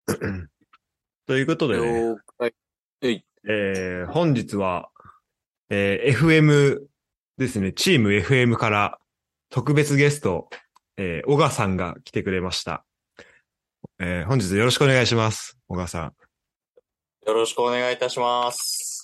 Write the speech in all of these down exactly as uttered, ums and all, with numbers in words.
ということでね、 了解。えい。 えー、本日は、えー エフエム ですね、チーム エフエム から特別ゲスト、えー、小川さんが来てくれました。えー、本日よろしくお願いします、小川さん。 よろしくお願いいたします。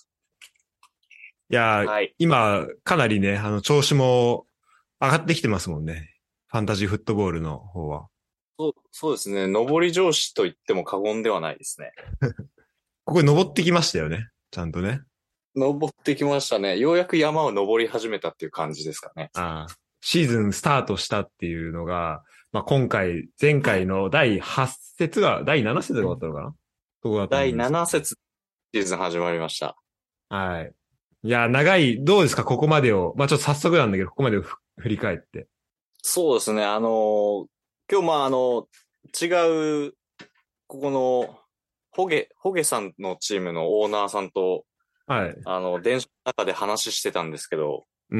いやー、 はい。 今、かなりね、あの、調子も上がってきてますもんね。ファンタジーフットボールの方は。 そう、そうですね。上り調子と言っても過言ではないですね。 ここに登ってきましたよね。ちゃんとね。 登ってきましたね。ようやく山を登り始めたっていう感じですかね。 ああ、シーズンスタートしたっていうのが、まあ、今回、前はい。 回のだいはち節が、だいなな節が終わったのかなそこだと思だいうんですけなな節シーズン始まりました。 ど。はい。いや、長い、どうですかここまでを。まあ、ちょっと早速なんだけど、ここまでをふ振り返って。 そうですね。あのー今日まああの、違う、ここの、ホゲ、ホゲさんのチームのオーナーさんと、 はい。 あの、電車の中で話してたんですけど、 うん。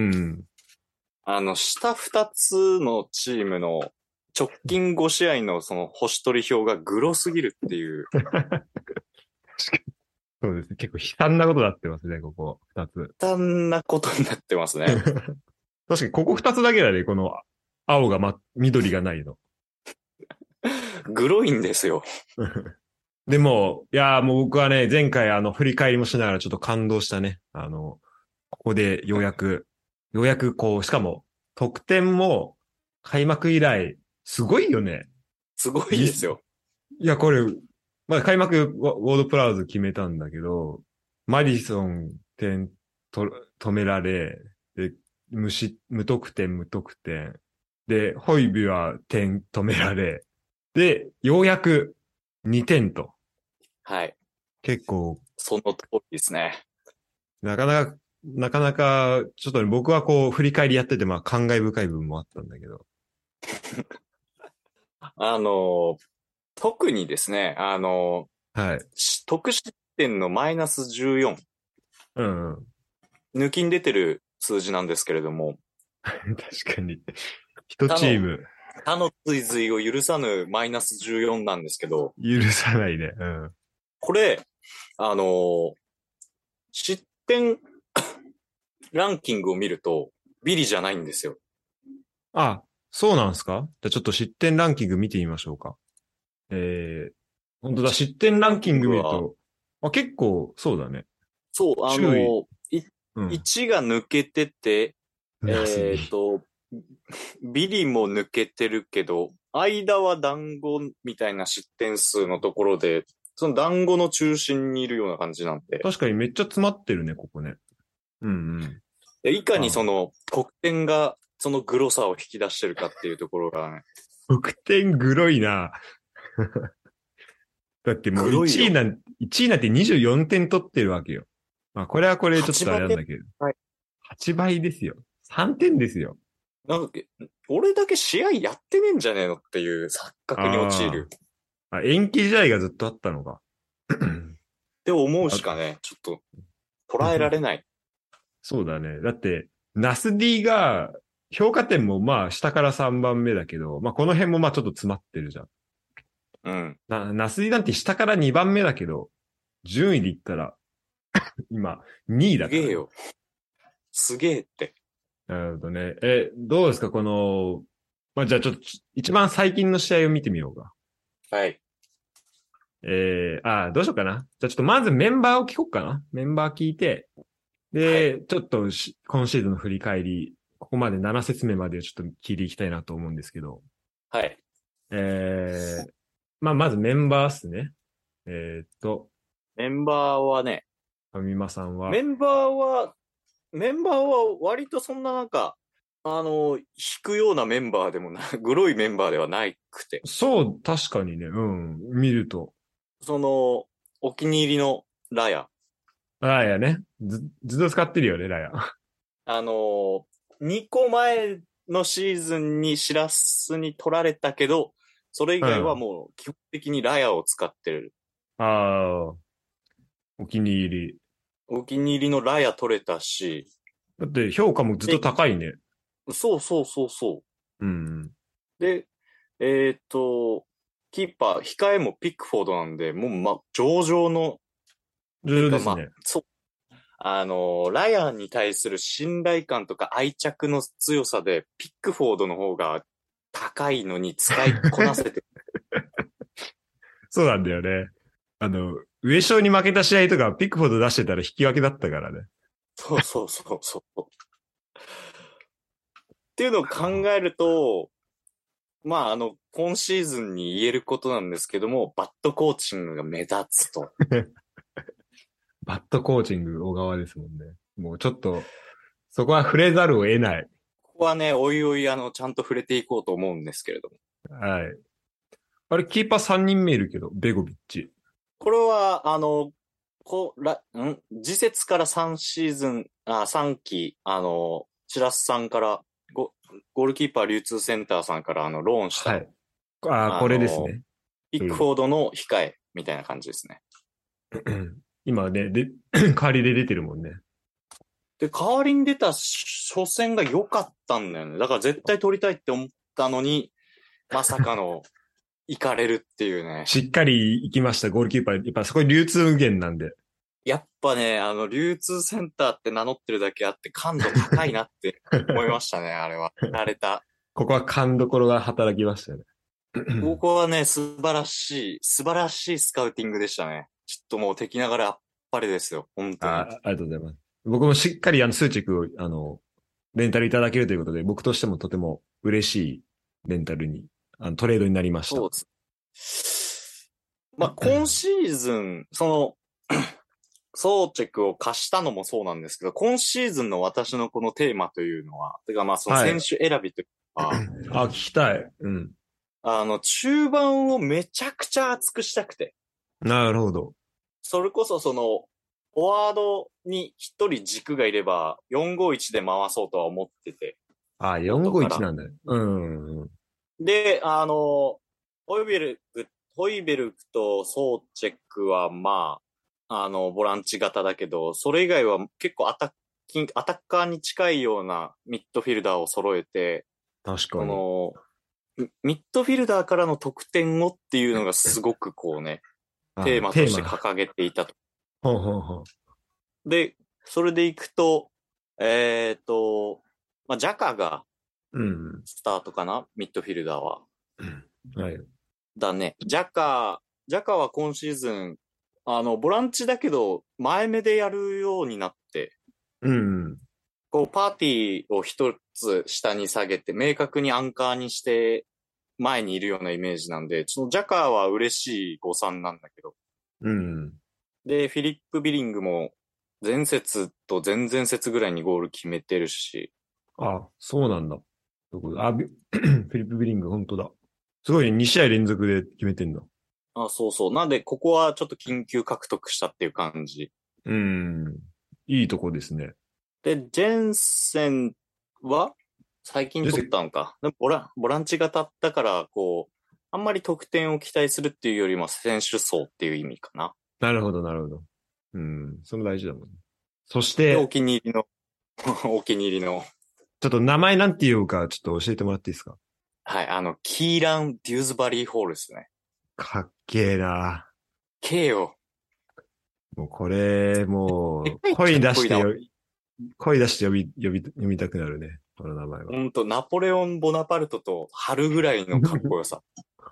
あの、下二つのチームの直近ご試合のその星取り表がグロすぎるっていう、 そうですね。結構悲惨なことになってますね、ここ、二つ。 単なことになってますね。 確かに、ここ二つだけだね、この、青がま、緑がないの。 グロいんですよ。 でも、いやーもう僕はね、前回あの、振り返りもしながらちょっと感動したね。あの、ここでようやく、ようやくこう、しかも、得点も開幕以来、すごいよね。 すごいで実、 すよ。 いや、これ、まあ開幕ウォウォードプラウズ決めたんだけど、マディソン点と止められ、で、無失、無得点、無得点。で、ホイビは点止められ、で、ようやくにてんと。 はい。 結構、 その通りですね。 なかなか、なかなか、ちょっとね、僕はこう、振り返りやってて、まあ、感慨深い部分もあったんだけど。 あの、特にですね、あの、 はい。 し得失点のマイナスじゅうよん、 うんうん。 抜きに出てる数字なんですけれども、 確かに。一他の、 チーム、 他の追随を許さぬマイナスじゅうよんなんですけど、 許さないね。うん。 これ、あの、失点ランキングを見ると、ビリじゃないんですよ。 あ、そうなんすかじゃあちょっと失点ランキング見てみましょうか。えー、本当だ、 失失点ラ点ランキンキングングは、 見ると、あ、結構、そうだね。 そう、あ注意。 の、いうん。 いちが抜けてて、 ナス D。 えっと、ビリも抜けてるけど、間は団子みたいな失点数のところで、その団子の中心にいるような感じなんで、 確かにめっちゃ詰まってるね、ここね。うんうん。 でいかにそあ、 の得点がそのグロさを引き出してるかっていうところがね、 得点グロいな。だってもう1位グロいよ。 なん、いちいなんてにじゅうよんてん取ってるわけよ。まあこれはこれちょっ 8 とあれ倍で、 なんだけど。 はい。 はちばいですよ。さんてんですよ。 なんか、俺だけ試合やってねえんじゃねえのっていう錯覚に陥ある。 あ。あ、延期試合がずっとあったのか。 って思うあしかね、ちょっと捉えられない。 そうだね。だって、ナス D が、評価点もまあ下からさんばんめだけど、まあこの辺もまあちょっと詰まってるじゃん。 うん。 な、ナス D なんて下からにばんめだけど、順位で言ったら今にいだからね。 すげえよ。すげえって。 なるほどね。え、どうですかこの、まあじゃあちょっと一番最近の試合を見てみようか。 はい。 えー、あー、どうしようかな。じゃあちょっとまずメンバーを聞こうかな。メンバー聞いて、 はい。 で、ちょっとし今シーズンの振り返り、ここまでなな節目までちょっと聞いていきたいなと思うんですけど、 はい。 えー、まあ、まずメンバーっすね。えーっと、 メンバーはね、 ファミマさんは、 メンバーは、メンバーは割とそんななんか、あの、引くようなメンバーでもな、グロいメンバーではないくて、 そう、確かにね、うん、見ると。 その、お気に入りのラヤ。 ああ、いやね。ず、ずっと使ってるよね、ラヤ。 あの、にこまえのシーズンにシラスに取られたけど、それ以外はうん。 もう基本的にラヤを使ってる。 ああ、お気に入り。 お気に入りのラヤ取れたし、 だって評価もずっとで、 高いね。 そうそうそうそう。 うん。 で、えーっと、 キーパー、控えもピックフォードなんで、もう、ま、上々の、 重要ですね。 まあ、そう。あの、ラヤンに対する信頼感とか愛着の強さで、ピックフォードの方が高いのに使いこなせて。 そうなんだよね。あの、上昇に負けた試合とかピックフォード出してたら引き分けだったからね。 そうそうそうそう。っていうのを考えると、まあ、あの、今シーズンに言えることなんですけども、バットコーチングが目立つと。 バットコーチング小川ですもんね。もうちょっと、そこは触れざるを得ない。 ここはね、おいおい、あの、ちゃんと触れていこうと思うんですけれども。 はい。あれ、キーパーさんにんめいるけど、ベゴビッチ。 これは、あの、こら、ん次節からさんシーズン、あ、さんき、あの、チラスさんからゴ、ゴールキーパー流通センターさんから、あの、ローンした、 はい。ああ、 あこれですの、 ね。 ピックフォードの控え、みたいな感じですね。 今ね、で、代わりで出てるもんね。 で、代わりに出た初戦が良かったんだよね。だから絶対取りたいって思ったのに、まさかの、行かれるっていうね。 しっかり行きました、ゴールキーパー。やっぱそこ流通源なんで。 やっぱね、あの、流通センターって名乗ってるだけあって感度高いなって思いましたね、あれは。やられた。 ここは勘どころが働きましたね。 ここはね、素晴らしい、素晴らしいスカウティングでしたね。ちょっともう敵ながらあっぱれですよ、本当に。 ああ、ありがとうございます。僕もしっかりあの、数値を、あの、レンタルいただけるということで、僕としてもとても嬉しいレンタルに、あの、トレードになりました。 そうです。まあ、今シーズン、その、ソーチェクを貸したのもそうなんですけど、今シーズンの私のこのテーマというのは、てかまあその選手選びというか、 あ、聞きたい。うん。 あの、中盤をめちゃくちゃ厚くしたくて。 なるほど。 それこそその、フォワードに一人軸がいれば、よんごいちで回そうとは思ってて。 あ、よんごいちなんだね。うん。 で、あの、ホイベルグ、ホイベルグとソーチェックはまあ、あの、ボランチ型だけど、それ以外は結構アタッキンアタッカーに近いようなミッドフィルダーを揃えて、 確かに。 その、ミッドフィルダーからの得点をっていうのがすごくこうね、テーマとして掲げていたと。 ほうほうほう。で、それでいくと、えっ、ー、と、まあ、ジャカが、スタートかな、うん、ミッドフィルダーは。 はい。 だね。ジャカ、ジャカは今シーズン、あの、ボランチだけど、前目でやるようになって、 うん。 こう、パーティーを一つ下に下げて、明確にアンカーにして、前にいるようなイメージなんで、そのジャカーは嬉しい誤算なんだけど。 うん。 で、フィリップ・ビリングも、前節と前々節ぐらいにゴール決めてるし。 あ、そうなんだ。あ、フィリップ・ビリング、本当だ。すごいね、に試合連続で決めてんだ。 あ、そうそう。なんで、ここはちょっと緊急獲得したっていう感じ。 うん。いいとこですね。 で、ジェンセンは最近取ったのか。でもボラボランチ型だから、こう、あんまり得点を期待するっていうよりも選手層っていう意味かな。 なるほど、なるほど。うん。それ大事だもんね。そして、 お気に入りの、お気に入りの。 ちょっと名前なんて言うか、ちょっと教えてもらっていいですか？ はい、あの、キーラン・デューズバリー・ホールですね。 かっけえな。 K よ。 もうこれ、もう、声出してよ、声出して呼び、呼び、読みたくなるね。この名前は。 ほんと、ナポレオン・ボナパルトと春ぐらいのかっこよさ。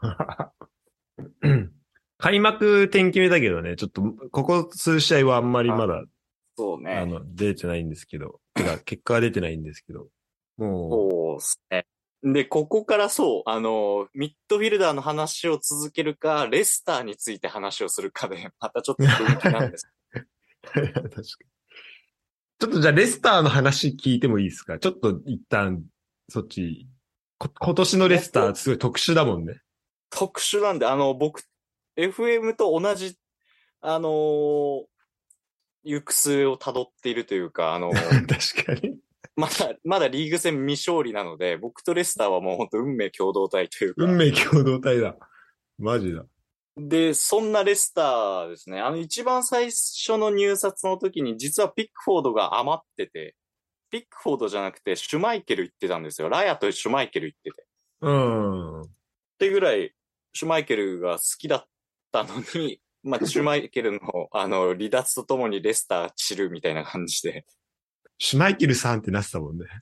開幕点決めたけどね、ちょっと、ここ数試合はあんまりまだ、 そうね。 あの、出てないんですけど、てか、結果は出てないんですけど、もう。 そうですね。で、ここからそう、あの、ミッドフィルダーの話を続けるか、レスターについて話をするかで、またちょっと雰囲気なんです。 確かに。ちょっとじゃあレスターの話聞いてもいいですか？ちょっと一旦、そっち、今年のレスターすごい特殊だもんね。 特殊なんで、あの、僕、エフエム と同じ、あのー、行く末を辿っているというか、あのー、確かに。 まだ、まだリーグ戦未勝利なので、僕とレスターはもう本当運命共同体というか。 運命共同体だ。マジだ。 で、そんなレスターですね。あの一番最初の入札の時に実はピックフォードが余ってて、ピックフォードじゃなくてシュマイケル行ってたんですよ。ラヤとシュマイケル行ってて。 うん。っってぐらい、 シュマイケルが好きだったのに、まあ、シュマイケルの、あの、離脱とともにレスター散るみたいな感じで。 シュマイケルさんってなってたもんね。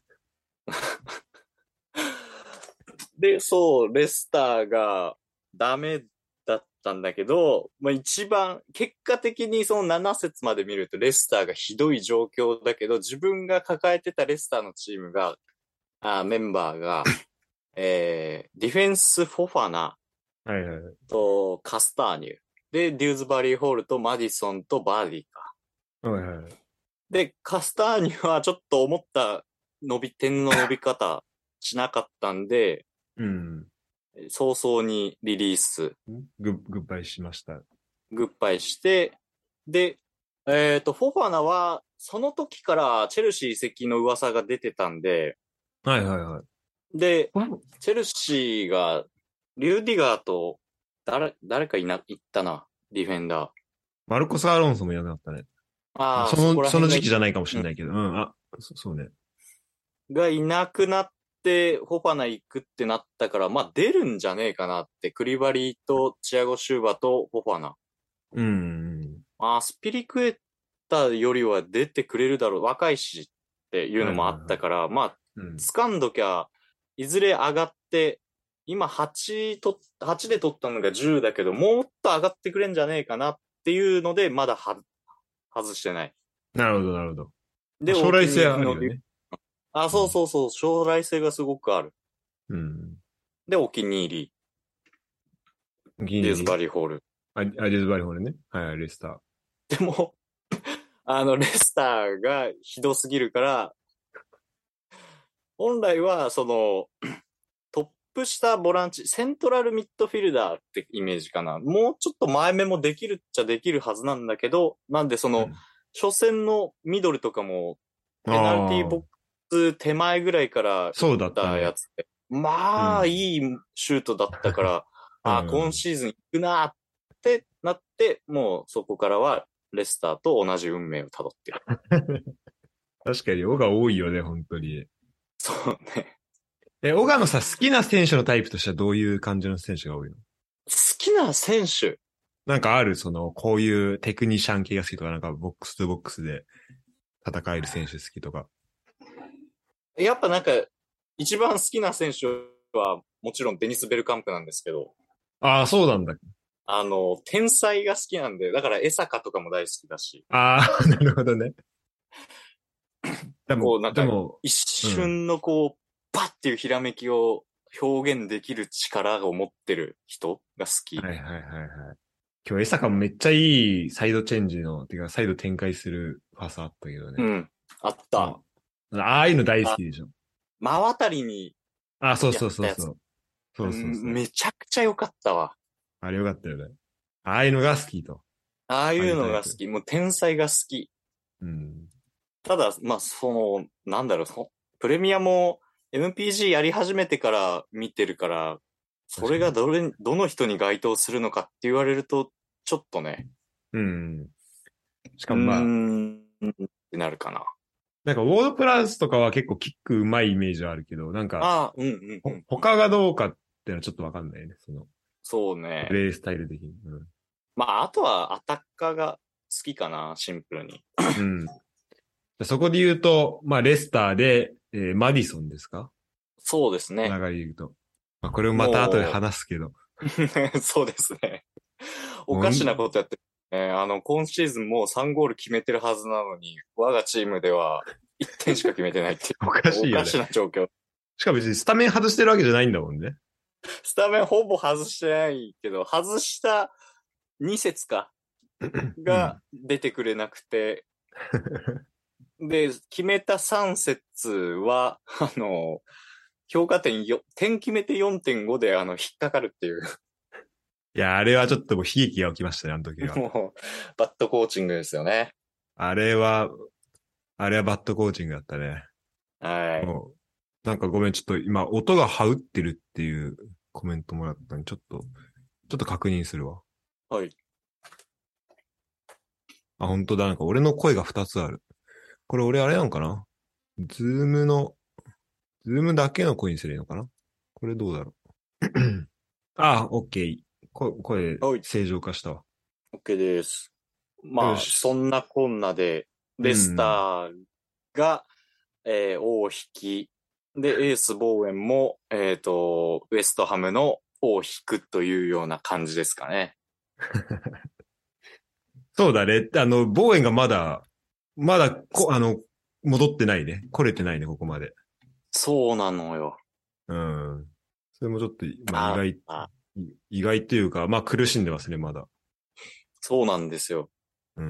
で、そう、レスターがダメだったんだけど、まあ、一番、結果的にそのなな節まで見るとレスターがひどい状況だけど、自分が抱えてたレスターのチームが、あメンバーが、えー、ディフェンス・フォファナはいはいはい。 とカスターニュ。で、デューズバリーホールとマディソンとバーディーか。 はいはいはい。 で、カスターニュはちょっと思った伸び、点の伸び方しなかったんで、 うん。 早々にリリース、 グッ、グッバイしました。 グッバイして、で、えっと、フォファナは、その時からチェルシー移籍の噂が出てたんで、 はいはいはい。 で、チェルシーが、リューディガーと、誰、誰かいな、いったな、ディフェンダー。 マルコス・アロンソもいなくなったね。まあ、 ああ、 その、 そこら辺がその時期じゃないかもしれないけど、うん、あ、そ、そうね。 がいなくなって、フォファナ行くってなったから、まあ出るんじゃねえかなって、クリバリーとチアゴ・シューバとフォファナ。 うん。 まあ、スピリクエッタよりは出てくれるだろう、若いしっていうのもあったから、まあ、 うん。 掴んどきゃ、いずれ上がって、今はちと、はちで取ったのがじゅうだけど、もっと上がってくれんじゃねえかなっていうので、まだは、外してない。 なるほど、なるほど。 で、 将来性あお気に入りのるよね。 あ、そうそうそう、将来性がすごくある。 うん。 で、お気に入り。 お気にデューズバ入り。 リーホール。 あ、あデューズバリーホールね。はいはい、レスター。 でも、あの、レスターがひどすぎるから、本来は、その、トップ下ボランチ、セントラルミッドフィルダーってイメージかな。もうちょっと前目もできるっちゃできるはずなんだけど、なんでその、 うん、 初戦のミドルとかも、ペナルティーボッああ、 クス手前ぐらいから打っそうだったね。 たやつで、まあ、 うん。 いいシュートだったから、 うああ、今ん。 シーズン行くなーってなって、もうそこからはレスターと同じ運命をたどってる。 確かに、オが多いよね、本当に。 そうね。 え、オガのさ、好きな選手のタイプとしてはどういう感じの選手が多いの？ 好きな選手。 なんかある、その、こういうテクニシャン系が好きとか、なんかボックスとボックスで戦える選手好きとか。 やっぱなんか、一番好きな選手は、もちろんデニス・ベルカンプなんですけど、 ああ、そうなんだ。 あの、天才が好きなんで、だから江坂とかも大好きだし、 ああ、なるほどね。でも、 こうなんか、 でも、 一うん。 瞬のこう、パッっていうひらめきを表現できる力を持ってる人が好き。 はいはいはいはい。今日、江坂もめっちゃいいサイドチェンジの、てか、サイド展開するパスあったけどね。 うん。あった。 もう、ああいうの大好あ、 きでしょ。 真渡りにああ、そうそうやったやつ。 そうそう。そうそうそう。 めちゃくちゃ良かったわ。 あれよかったよね。ああいうのが好きと。 あああいうあいうタイプ。 のが好き。もう天才が好き。 うん。 ただ、まあ、その、なんだろう、そプレミアも エムピージー やり始めてから見てるから、それ確かに。 がどれ、どの人に該当するのかって言われると、ちょっとね、 うん。しうーかもまあ、 ん、ってなるかな。 なんか、ウォードプラスとかは結構キックうまいイメージはあるけど、なんか、 ああ、うんうんうほん。 他がどうかっていうのはちょっとわかんないね。その、 そうね。 プレイスタイル的に。 まあ、あとはアタッカーが好きかな、シンプルに。 うん。うん。そこで言うと、まあ、レスターで、えーマディソンですか？ そうです流ね。 れで言うと。まあ、これもまた後でも話すけど。 う、そうですね。おかしなもうことやってる、ね。あの、今シーズンもうさんゴール決めてるはずなのに、我がチームではいってんしか決めてないっていおかう、おかしいよね。 しな状況。 しかも別にスタメン外してるわけじゃないんだもんね。 スタメンほぼ外してないけど、外したに節か、 うん。 が出てくれなくて、で、決めたさん節は、あの、評価点よ、点決めてよんてんごで、あの、引っかかるっていう、 いや、あれはちょっともう悲劇が起きましたね、あの時は。 もう、バッドコーチングですよね。 あれは、あれはバッドコーチングだったね。 はい。 もう、なんかごめん、ちょっと今、音が這うってるっていうコメントもらったんで、ちょっと、ちょっと確認するわ。 はい。 あ、本当だ。なんか俺の声がふたつある。これ俺あれなのかな？ズームの、ズームだけの声にすればいいのかな？これどうだろう。 あ、オッケー。こ声、 はい。 正常化したわ。 OK です。まあ、 よし。 そんなこんなで、 うレスタん。 ーが、えー、大引き。で、エースボーエンも、えっと、ウエストハムの大引くというような感じですかね。 そうだね。あの、ボーエンがまだ、まだ、こ、あの、戻ってないね。来れてないね、ここまで。 そうなのよ。 うん。それもちょっと、まあ意あ外、 あ、 意外というか、まあ苦しんでますね、まだ。 そうなんですよ。 うん。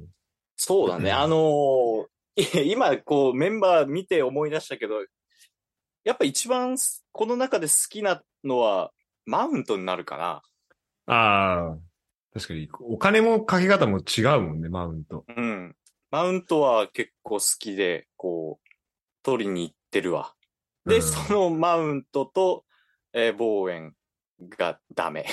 そうだね。あのーい今、こう、メンバー見て思い出したけど、やっぱ一番すこの中で好きなのは、マウントになるかな。 ああ、確かに、お金もかけ方も違うもんね、マウント。 うん。マウントは結構好きで、こう、取りに行ってるわ。で、そうん。 のマウントと、えー、ボーエンがダメ。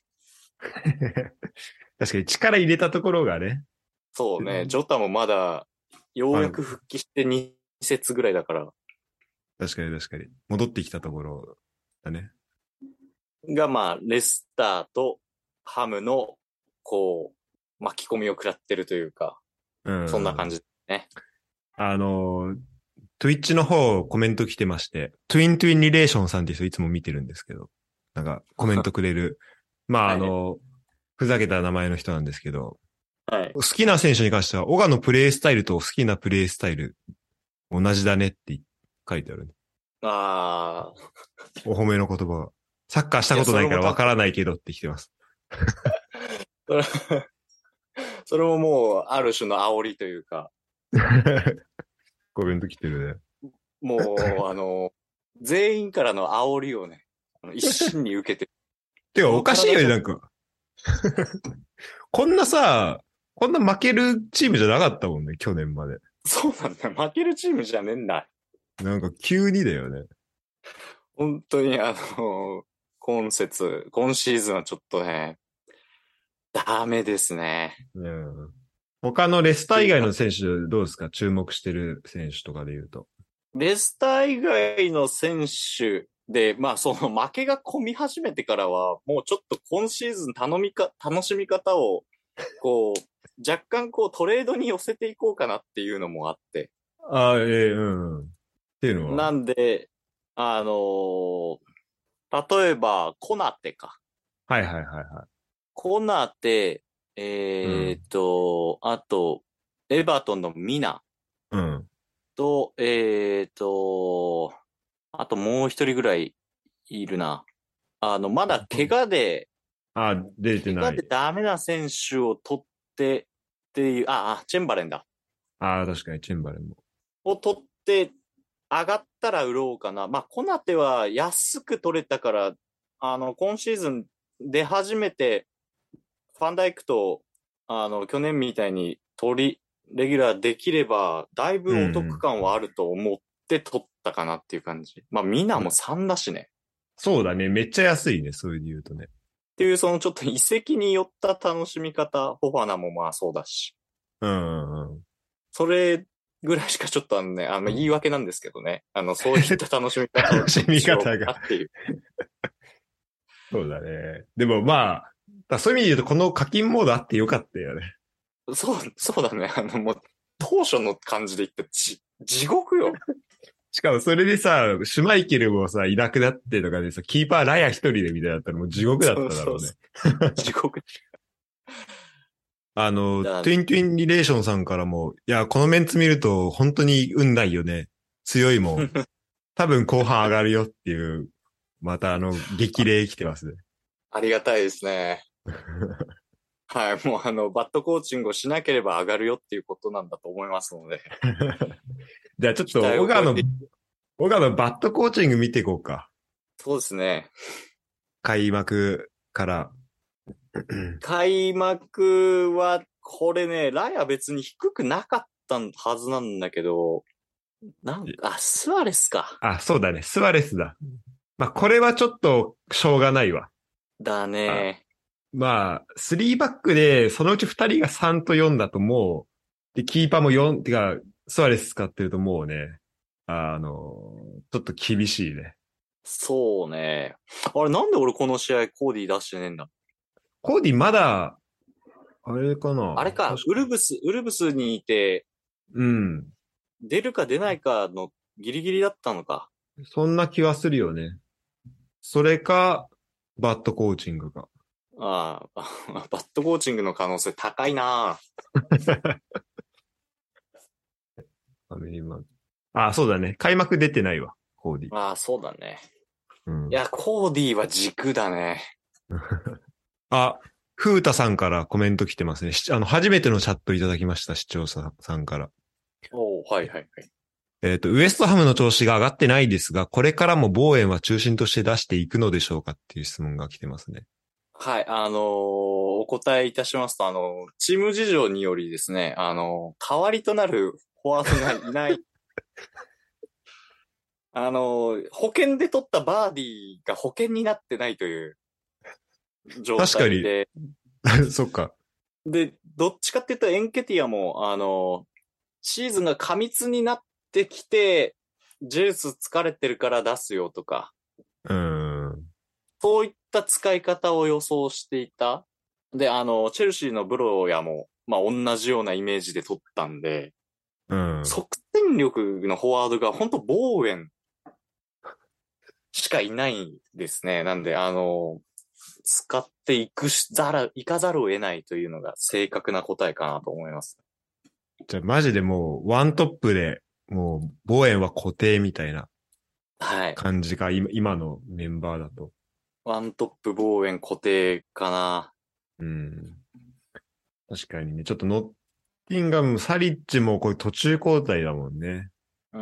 確かに力入れたところがね。 そうね、ジョタもまだ、よまあ、 うやく復帰してに節ぐらいだから、 確かに確かに。戻ってきたところだね。 がまあ、レスターとハムの、こう、巻き込みを食らってるというか、 うん。 そんな感じね。 あの、Twitch の方コメント来てまして、トゥイントゥインリレーションさんっていう人いつも見てるんですけど、なんかコメントくれる。まあ、 はい。 あの、ふざけた名前の人なんですけど、 はい。 好きな選手に関しては、小川のプレイスタイルと好きなプレイスタイル同じだねって書いてあるね。 ああ、 お褒めの言葉が。サッカーしたいや、 ことないかそれもた、 らわからないけどって来てます。 それそれももう、ある種の煽りというか、 コメント来てるね。 もう、あの、全員からの煽りをね、あの一身に受けて、 てか、 このおかしいよね、 体じゃ、 なんか。こんなさ、こんな負けるチームじゃなかったもんね、去年まで。 そうなんだよ。負けるチームじゃねえんだ。 なんか急にだよね。 本当に、あの、今節、今シーズンはちょっとね、ダメですね。 うん。他のレスター以外の選手どうですか？注目してる選手とかで言うと。 レスター以外の選手で、まあその負けが込み始めてからは、もうちょっと今シーズン頼みか、楽しみ方を、こう、若干こうトレードに寄せていこうかなっていうのもあって。 ああ、ええうん。っていうのは。 なんで、あのー例えば、コナテか。 はいはいはいはい。 コナテ、 うん。 えーっと、あと、エバートンのミナうん。 と、えーっと、あともう一人ぐらいいるな。あの、まだ怪我で、 ああ、出て怪我でない。 ダメな選手を取ってっていう、あ、あ、チェンバレンだ。 ああ、確かにチェンバレンも。 を取って上がったら売ろうかな。まあ、コナテは安く取れたから、あの、今シーズン出始めて、ファンダイクと、あの、去年みたいに取り、レギュラーできれば、だいぶお得うん感はあると思って取ったかなっていう感じ。まあ、ミナうん。 もさんだしね。 そうだね。めっちゃ安いね。そういう言うとね。 っていう、そのちょっと移籍によった楽しみ方、フォファナもまあそうだし。 うんうんうん。 それぐらいしかちょっとあのね、あの言い訳なんですけどね。あの、そういった楽しみ方を楽しちょっとしようかみ方が。 なっていう。 そうだね。でもまあ、だそういう意味で言うとこの課金モードあってよかったよね。 そう、そうだね。あの、もう、当初の感じで言ってち、地獄よ。 しかもそれでさ、シュマイケルもさ、いなくなってとかでさ、キーパーラヤ一人でみたいだったらもう地獄だっそうただろうね。 そうそう。地獄あの、 だ。 トゥイントゥインリレーションさんからも、いや、このメンツ見ると本当に運ないよね。強いもん。多分後半上がるよっていう、またあの、激励来てますね。 ありがたいですね。はい。もうあの、バットコーチングをしなければ上がるよっていうことなんだと思いますので、 じゃあちょっ期と、小川の、 待を超えて、 小川のバットコーチング見ていこうか。 そうですね。 開幕から。 開幕は、これね、ライは別に低くなかったはずなんだけど、なんか、あ、スアレスか。 あ、そうだね。スアレスだ。まあ、これはちょっと、しょうがないわ。 だあ、 ね。 まあ、スリーバックで、そのうちふたりがさんとよんだともう、で、キーパーもよん、てか、スアレス使ってるともうね、あの、ちょっと厳しいね。 そうね。あれ、なんで俺この試合コーディ出してねえんだ。 コーディまだ、あれかなあれか、 確か。 ウルブス、ウルブスにいて、 うん。 出るか出ないかのギリギリだったのか。 そんな気はするよね。それか、バッドコーチングか。 ああ、バットコーチングの可能性高いな。 ファミリーマート。あ、そうだね。開幕出てないわ、コーディ。 ああ、そうだね。 うん。 いや、コーディは軸だね。 あ、風太さんからコメント来てますね。しあの、初めてのチャットいただきました、視聴者さんから。 おーはいはいはい。 えっと、ウエストハムの調子が上がってないですが、これからもボーエンは中心として出していくのでしょうかっていう質問が来てますね。 はい、あのーお答えいたしますと、あのーチーム事情によりですね、あのー代わりとなるフォワードがいない。あのー保険で取ったバーディーが保険になってないという状確かに。 態で、 そっか。 で、どっちかっていうとエンケティアも、あのーシーズンが過密になってきて、ジェイス疲れてるから出すよとか、 うーん。 そういった使い方を予想していた。で、あの、チェルシーのブロヤも、まあ、同じようなイメージで取ったんで、 うん。 即戦力のフォワードが本当ボーエンしかいないんですね。なんで、あの、使っていくしざる、いかざるを得ないというのが正確な答えかなと思います。 じゃあマジでもうワントップで、もうボーエンは固定みたいなはい。 感じか、今今のメンバーだと。 ワントップボーエン固定かな。 うん。確かにね。ちょっとノッティンガム、サリッチもこれ途中交代だもんね。 うん。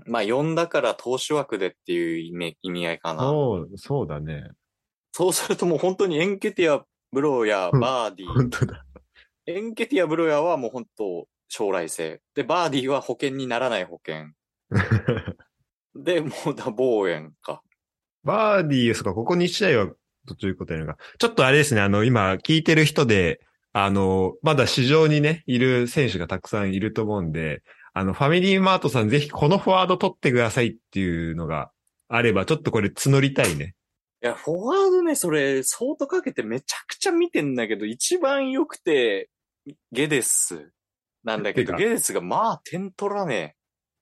まあ、呼んだから投手枠でっていう意味意味合いかな。 そう、そうだね。 そうするともう本当にエンケティア、ブロやバーディー。 本当だ。 エンケティア、ブロヤはもう本当将来性。で、バーディーは保険にならない保険。で、もうだ、ボーエンか。 バーディー、そっか、ここに試合は途中交代なのか。ちょっとあれですね、あの、今聞いてる人で、あの、まだ市場にね、いる選手がたくさんいると思うんで、あの、ファミリーマートさんぜひこのフォワード取ってくださいっていうのがあれば、ちょっとこれ募りたいね。 いや、フォワードね、それ、相当かけてめちゃくちゃ見てんだけど、一番良くて、ゲデスなんだけど、 てか、 ゲデスがまあ点取らね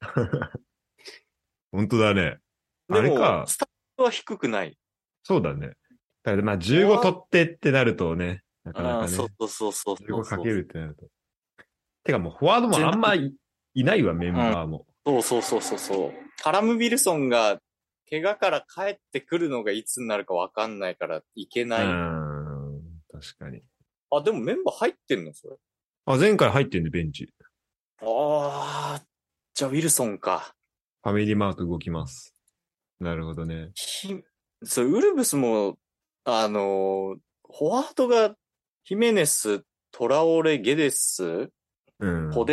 本当だね。 え。でも、 あれか。 スタートは低くない。 そうだね。だからまあフォじゅうごワー取ってってなるとね、なかなああ、 かね、 そうそうそうそうじゅうごかけそうそう。 るってなると。てかもうフォワードもあんまい、いないわ、メンバーも。 そうそうそうそうそう。カラム・ウィルソンが怪我から帰ってくるのがいつになるかわかんないからいけうーない。 ん、確かに。 あ、でもメンバー入ってんのそれ。 あ、前回入ってんで、ベンチ。 ああ、じゃあウィルソンか。 ファミリーマート動きます。なるほどね。 ひ、そう、ウルブスも、あのーフォワードがヒメネス、トラオレ、ゲデス、 うん。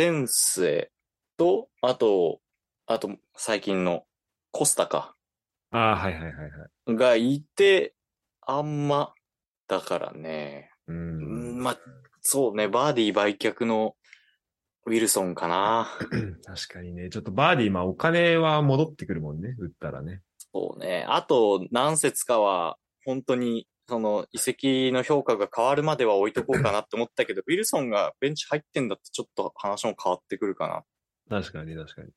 ポデンスエと、あと、あと最近のコスタか。 ああ、はいはいはいはい。 がいて、あんま、だからね。 ううんん。 まあ、そうね、バーディー売却のウィルソンかな。 確かにね。ちょっとバーディー、まあお金は戻ってくるもんね。売ったらね。 そうね。あと何節かは、本当に、その移籍の評価が変わるまでは置いとこうかなって思ったけど、ウィルソンがベンチ入ってんだってちょっと話も変わってくるかな。 確かに確かに。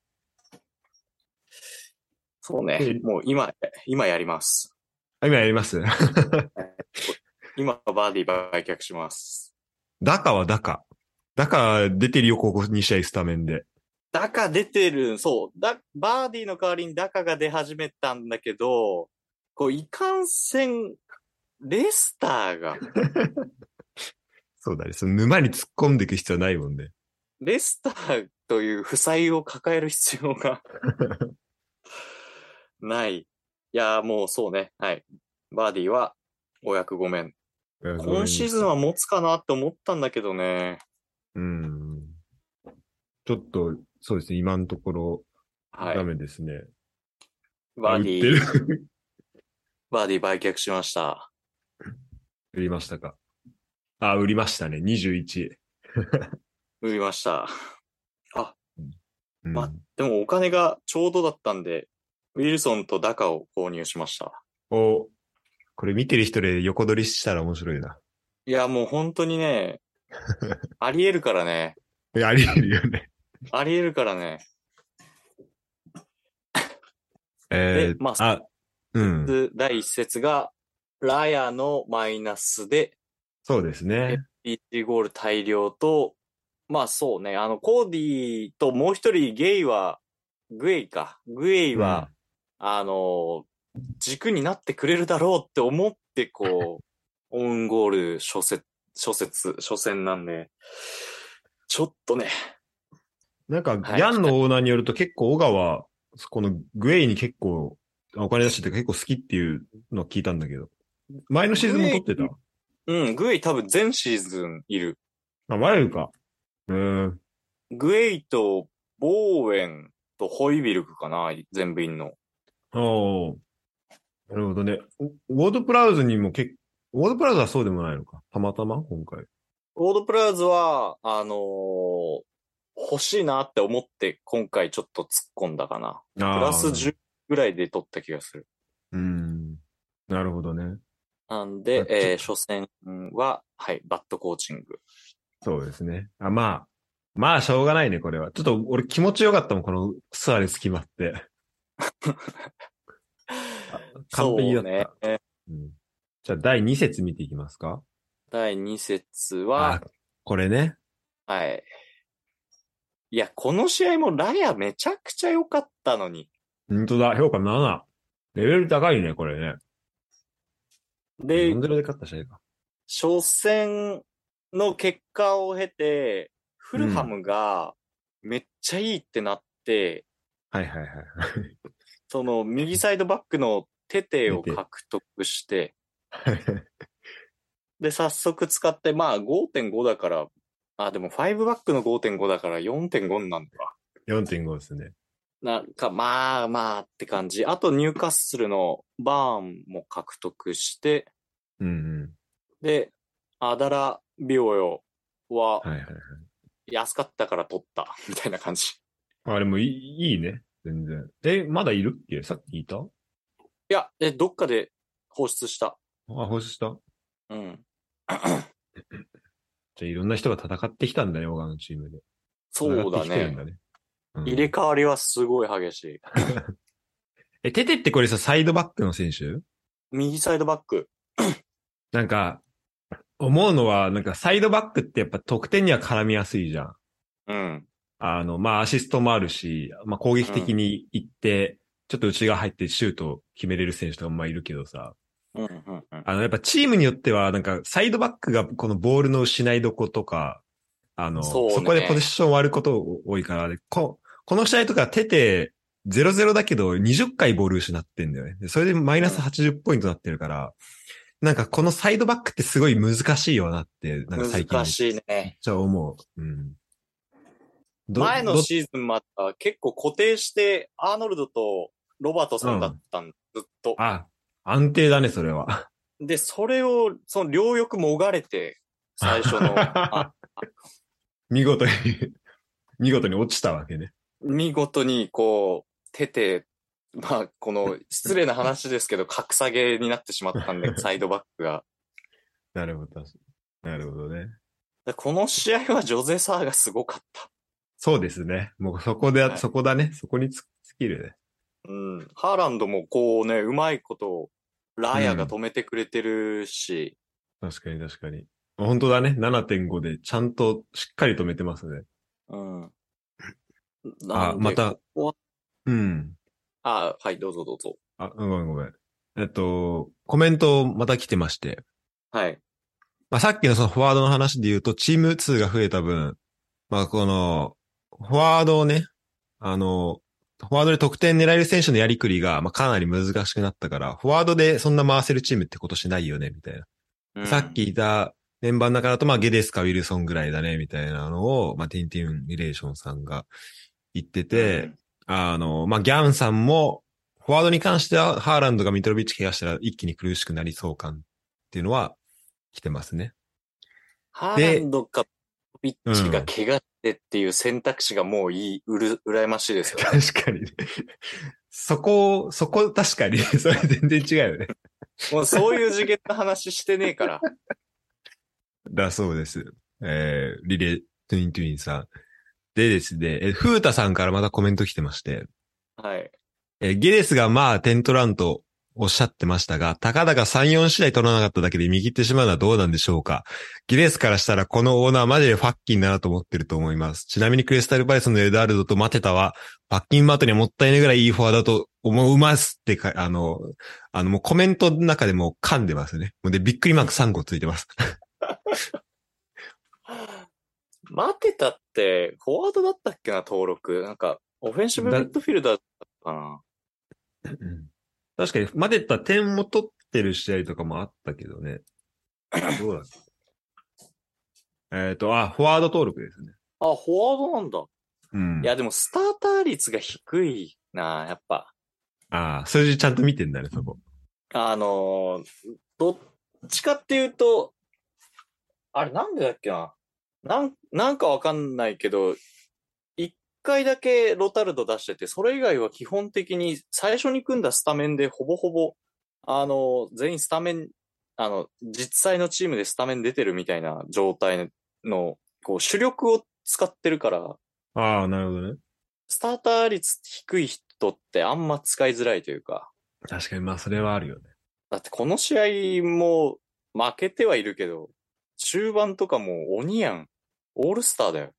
そうね。 で、 もう今、今やります。 あ今やります今、バーディー売却します。 ダカはダカ。ダカ出てるよ、ここに試合スタメンで。 ダカ出てる、そう、ダ、バーディーの代わりにダカが出始めたんだけど、こう、いかんせん、レスターが、 そうだね。その沼に突っ込んでいく必要ないもんね。 レスターという負債を抱える必要がない。いやー、もうそうね。はい。バーディーは、お役ごめん。 ごめ今んでした。 シーズンは持つかなって思ったんだけどね。 うん。ちょっと、そうですね。今のところ、ダはい。 メですね。あ、 バーデ売ってるィー、バーディー売却しました。 売りましたか。あ、売りましたね。にじゅういち。 売りました。あ、ま、 うん。 でもお金がちょうどだったんで、 ウィルソンとダカを購入しました。 お、これ見てる人で横取りしたら面白いな。 いや、もう本当にね、あり得るからね。 いやあり得るよね。 あり得るからね。で、 えー、 まあ、 あ、うん。 第一節が、ラヤのマイナスで、 そうですね。 エムピーティー ゴール大量と、まあそうね、あの、コーディともう一人ゲイは、グエイか。グエイは、 うん。 あの、軸になってくれるだろうって思って、こう、オウンゴール初節、初節、初戦なんで、ちょっとね、 なんか、 はい。 ヤンのオーナーによると結構小川、このグエイに結構お金出してて結構好きっていうのを聞いたんだけど。前のシーズンもグエイ、 取ってた？ うん、グエイ多分全シーズンいる。 あ、前か。うーん。 グエイとボーエンとホイビルクかな、全部いんの。 おー、なるほどね。ウォードプラウズにも結構、ウォードプラウズはそうでもないのか。たまたま今回。 オードプラウズは、あのー欲しいなって思って今回ちょっと突っ込んだかな。プラああ、 スじゅうぐらいで取った気がする。 うーん。なるほどね。 なんで、 あ、ちょ、 えー初戦は、はい、バットコーチング。 そうですね。あ、まあ、まあ、しょうがないね、これは。ちょっと、俺気持ちよかったもん、このスアレス決まって。あ、完璧そうね。 だった。うん。じゃあ、だいに節見ていきますか？ だいに節あ、 は、 これね。 はい。いや、この試合もラヤめちゃくちゃ良かったのに。 本当だ、評価なな。レベル高いね、これね。 で、 よんたいゼロで勝った試合か。 初戦の結果を経て、フうん。 ルハムがめっちゃいいってなって、 はいはいはい。 その右サイドバックのテテを出て。 獲得して、で、早速使って、まあごてんごだから、あ、でもごバックのごてんごだからよんてんごになるのか。 よんてんごですね。 なんか、まあまあって感じ。あと、ニューカッスルのバーンも獲得して、 うんうん。 で、アダラビオヨははいはいはい。 安かったから取った、みたいな感じ。 あれもいい、いいね。全然。え、まだいるっけ？さっきいた？ いや、え、どっかで放出した。 あ、星下。 うん。 じゃあいろんな人が戦ってきたんだね、オガのチームで。戦ってそうだね。 きてるんだね。う入れん。 替わりはすごい激しい。 え、テテってこれさ、サイドバックの選手？ 右サイドバック。 なんか、思うのは、なんかサイドバックってやっぱ得点には絡みやすいじゃん。 うん。 あの、まあ、アシストもあるし、まあ、攻撃的うん。 に行って、ちょっと内側入ってシュートを決めれる選手とかもまあいるけどさ、 うん。うん。うん。 あの、やっぱチームによっては、なんか、サイドバックがこのボールの失いどことか、あの、 そうね。 そこでポジション割ること多いから、でこ、この試合とか手てゼロゼロだけどにじゅっかいボール失ってんだよね。でそれでマイナスうん。 はちじゅうポイントになってるから、なんかこのサイドバックってすごい難しいよなって、なんか最近めっ難しいね。 ちゃ思う。うん。ど、 前のど、 シーズンまた結構固定してアーノルドとロバートソンだっうん。 たん、ずっと。 あ、安定だね、それは。 で、それを、その両翼もがれて、最初の、あ、 見事に見事に落ちたわけね。 見事にこう、手て、まあ、この失礼な話ですけど、格下げになってしまったんで、サイドバックが。 なるほど。なるほどね。 でこの試合はジョゼサーがすごかった。 そうですね。もうそこで、 はい。 そこだね。そこにつ尽きるね。 うん。ハーランドもこうね、うまいことを、ラヤがうん。 止めてくれてるし、 確かに確かに。本当だね。ななてんごでちゃんとしっかり止めてますね。 うん。なあ、 んで、 また、 ここは、 うん。 あ、はい、どうぞどうぞ。 あ、ごめんごめん。えっと、コメントまた来てまして。 はい。 まあ、さっきのそのフォワードの話で言うと、チームツーが増えた分、まあ、この、フォワードをね、あの、フォワードで得点狙える選手のやりくりが、まあ、かなり難しくなったから、フォワードでそんな回せるチームって今年ないよね、みたいな。さっうん。 き言ったメンバーの中だと、まあ、ゲデスかウィルソンぐらいだね、みたいなのを、まあ、ティンティン・リレーションさんが言ってて、 うん。 あの、まあ、ギャンさんも、フォワードに関しては、ハーランドがミトロビッチ怪我したら一気に苦しくなりそう感っていうのは来てますね。 ハーラで、 ンドかピッチがうん。 怪我してっていう選択肢がもういい、うる、羨ましいですよね。 確かにね。 そこ、そこ確かに、それ全然違うよね。 もうそういう次元の話してねえから。 だそうです。えー、リレートゥイントゥインさん。でですね、え、ふうたさんからまたコメント来てまして、 はい。 えーゲレスがまあ点取らんとおっしゃってましたが、たかだかさん、よん試合取らなかっただけで右ってしまうのはどうなんでしょうか。ゲレスからしたらこのオーナーマジでファッキンだなと思ってると思います。ちなみにクリスタルバイソンのエドアルドとマテタは、パッキンマートにはもったいないぐらいいいフォワードだと思いますってか、あの、あのもうコメントの中でもう噛んでますね。で、びっくりマークさんこついてます。 待てたって、フォワードだったっけな、登録。なんか、オフェンシブミだッドフィルダーだったかな。 うん確かに、マテタ点も取ってる試合とかもあったけどね。どうだえっと、あ、フォワード登録ですね。 あ、フォワードなんだ。 うん。 いや、でもスターター率が低いな、やっぱ。 ああ、数字ちゃんと見てんだね、そこ。 あのーどっちかっていうと、あれなんでだっけな。なん、なんかわかんないけど、一回だけロタルド出してて、それ以外は基本的に最初に組んだスタメンでほぼほぼ、あの、全員スタメン、あの、実際のチームでスタメン出てるみたいな状態の、こう、主力を使ってるから、 ああ、なるほどね。 スターター率低い人ってあんま使いづらいというか、 確かに、まあ、それはあるよね。 だってこの試合も負けてはいるけど、中盤とかもう鬼やん。オールスターだよ。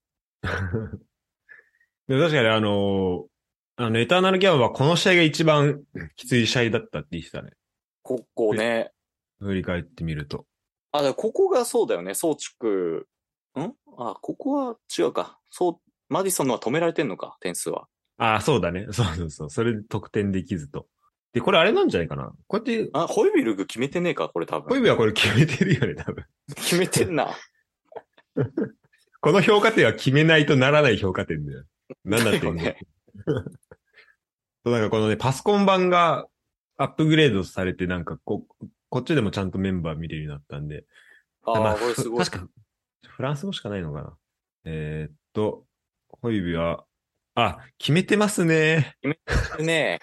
でも確かに、あのーあの、エターナルギャンはこの試合が一番きつい試合だったって言ってたね。 ここね。 振り返ってみると。 あ、だからここがそうだよね。総畜。んあ、ここは違うか。そう、マディソンのは止められてんのか、点数は。 ああ、そうだね。そうそうそう。それで得点できずと。で、これあれなんじゃないかな。こうやって、 あ、ホイビルグ決めてねえか、これ多分。 ホイビはこれ決めてるよね、多分。 決めてんな。 この評価点は決めないとならない評価点だよ。 だよななてんご。 ね。 そう、なんかこのね、パソコン版がアップグレードされて、なんかこ、こっちでもちゃんとメンバー見れるようになったんで。あまあ、 ああ、これすふごい。 確か、フランス語しかないのかな。えーっと、ホイビは、あ、決めてますね。 決めてるね。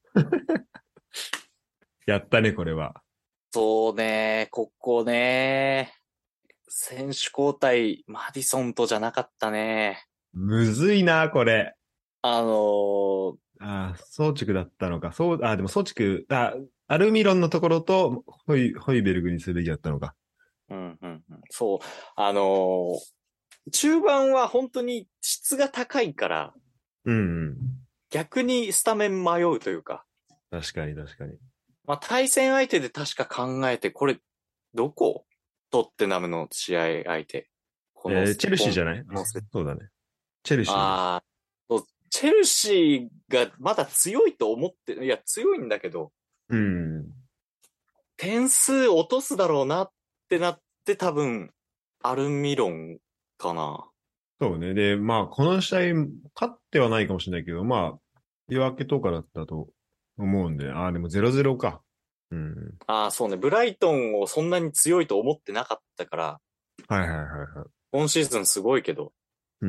やったね、これは。 そうね、ここね。選手交代、マディソンとじゃなかったね。 むずいな、これ。 あのーあ、ソーチクだったのか。そう、あ、でもソーチク、あ、アルミロンのところとホイ、ホイベルグにするべきだったのか。 うんうんうん、そう。あのー中盤は本当に質が高いから、 うん、うん。 逆にスタメン迷うというか、 確かに、確かに。 まあ対戦相手で確か考えて、これ、どこトッテナムの試合相手。この、 えーチェルシーじゃないこのせそうだね。チェルシーです。 ああ、そうチェルシーがまだ強いと思って、いや、強いんだけど、 うん。 点数落とすだろうなってなって多分、アルミロンかな。 そうね。で、まあ、この試合、勝ってはないかもしれないけど、まあ、夜明けとかだったと思うんで、ああ、でもゼロゼロか。うん。 ああ、そうね。ブライトンをそんなに強いと思ってなかったから、 はいはいはいはい。 今シーズンすごいけど。 うん。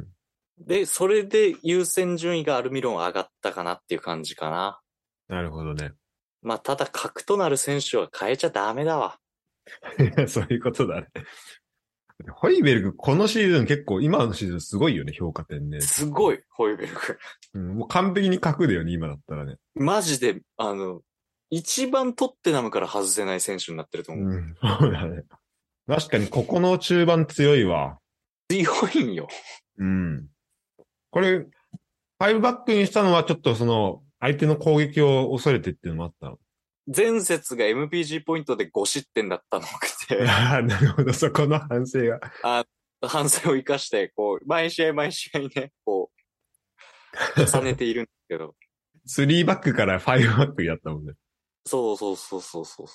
で、それで優先順位がアルミロン上がったかなっていう感じかな。 なるほどね。 まあ、ただ核となる選手は変えちゃダメだわ。 そういうことだね。ホイベルグ、このシーズン結構、今のシーズンすごいよね、評価点ね。結構。 すごい、ホイベルグ。 うん、もう完璧に格だよね、今だったらね。 マジで、あの、一番トッテナムから外せない選手になってると思う。 うん、そうだね。確かに、ここの中盤強いわ。 強いんよ。 うん。これ、ファイブバックにしたのはちょっとその、相手の攻撃を恐れてっていうのもあったの。 前節が エムピージー ポイントでご失点だったのくて、 ああ、なるほど、そこの反省が。 あ反省を生かして、こう、毎試合毎試合ね、こう、重ねているんですけど。 スリーバックからファイブバックになったもんね。 そうそうそうそうそう。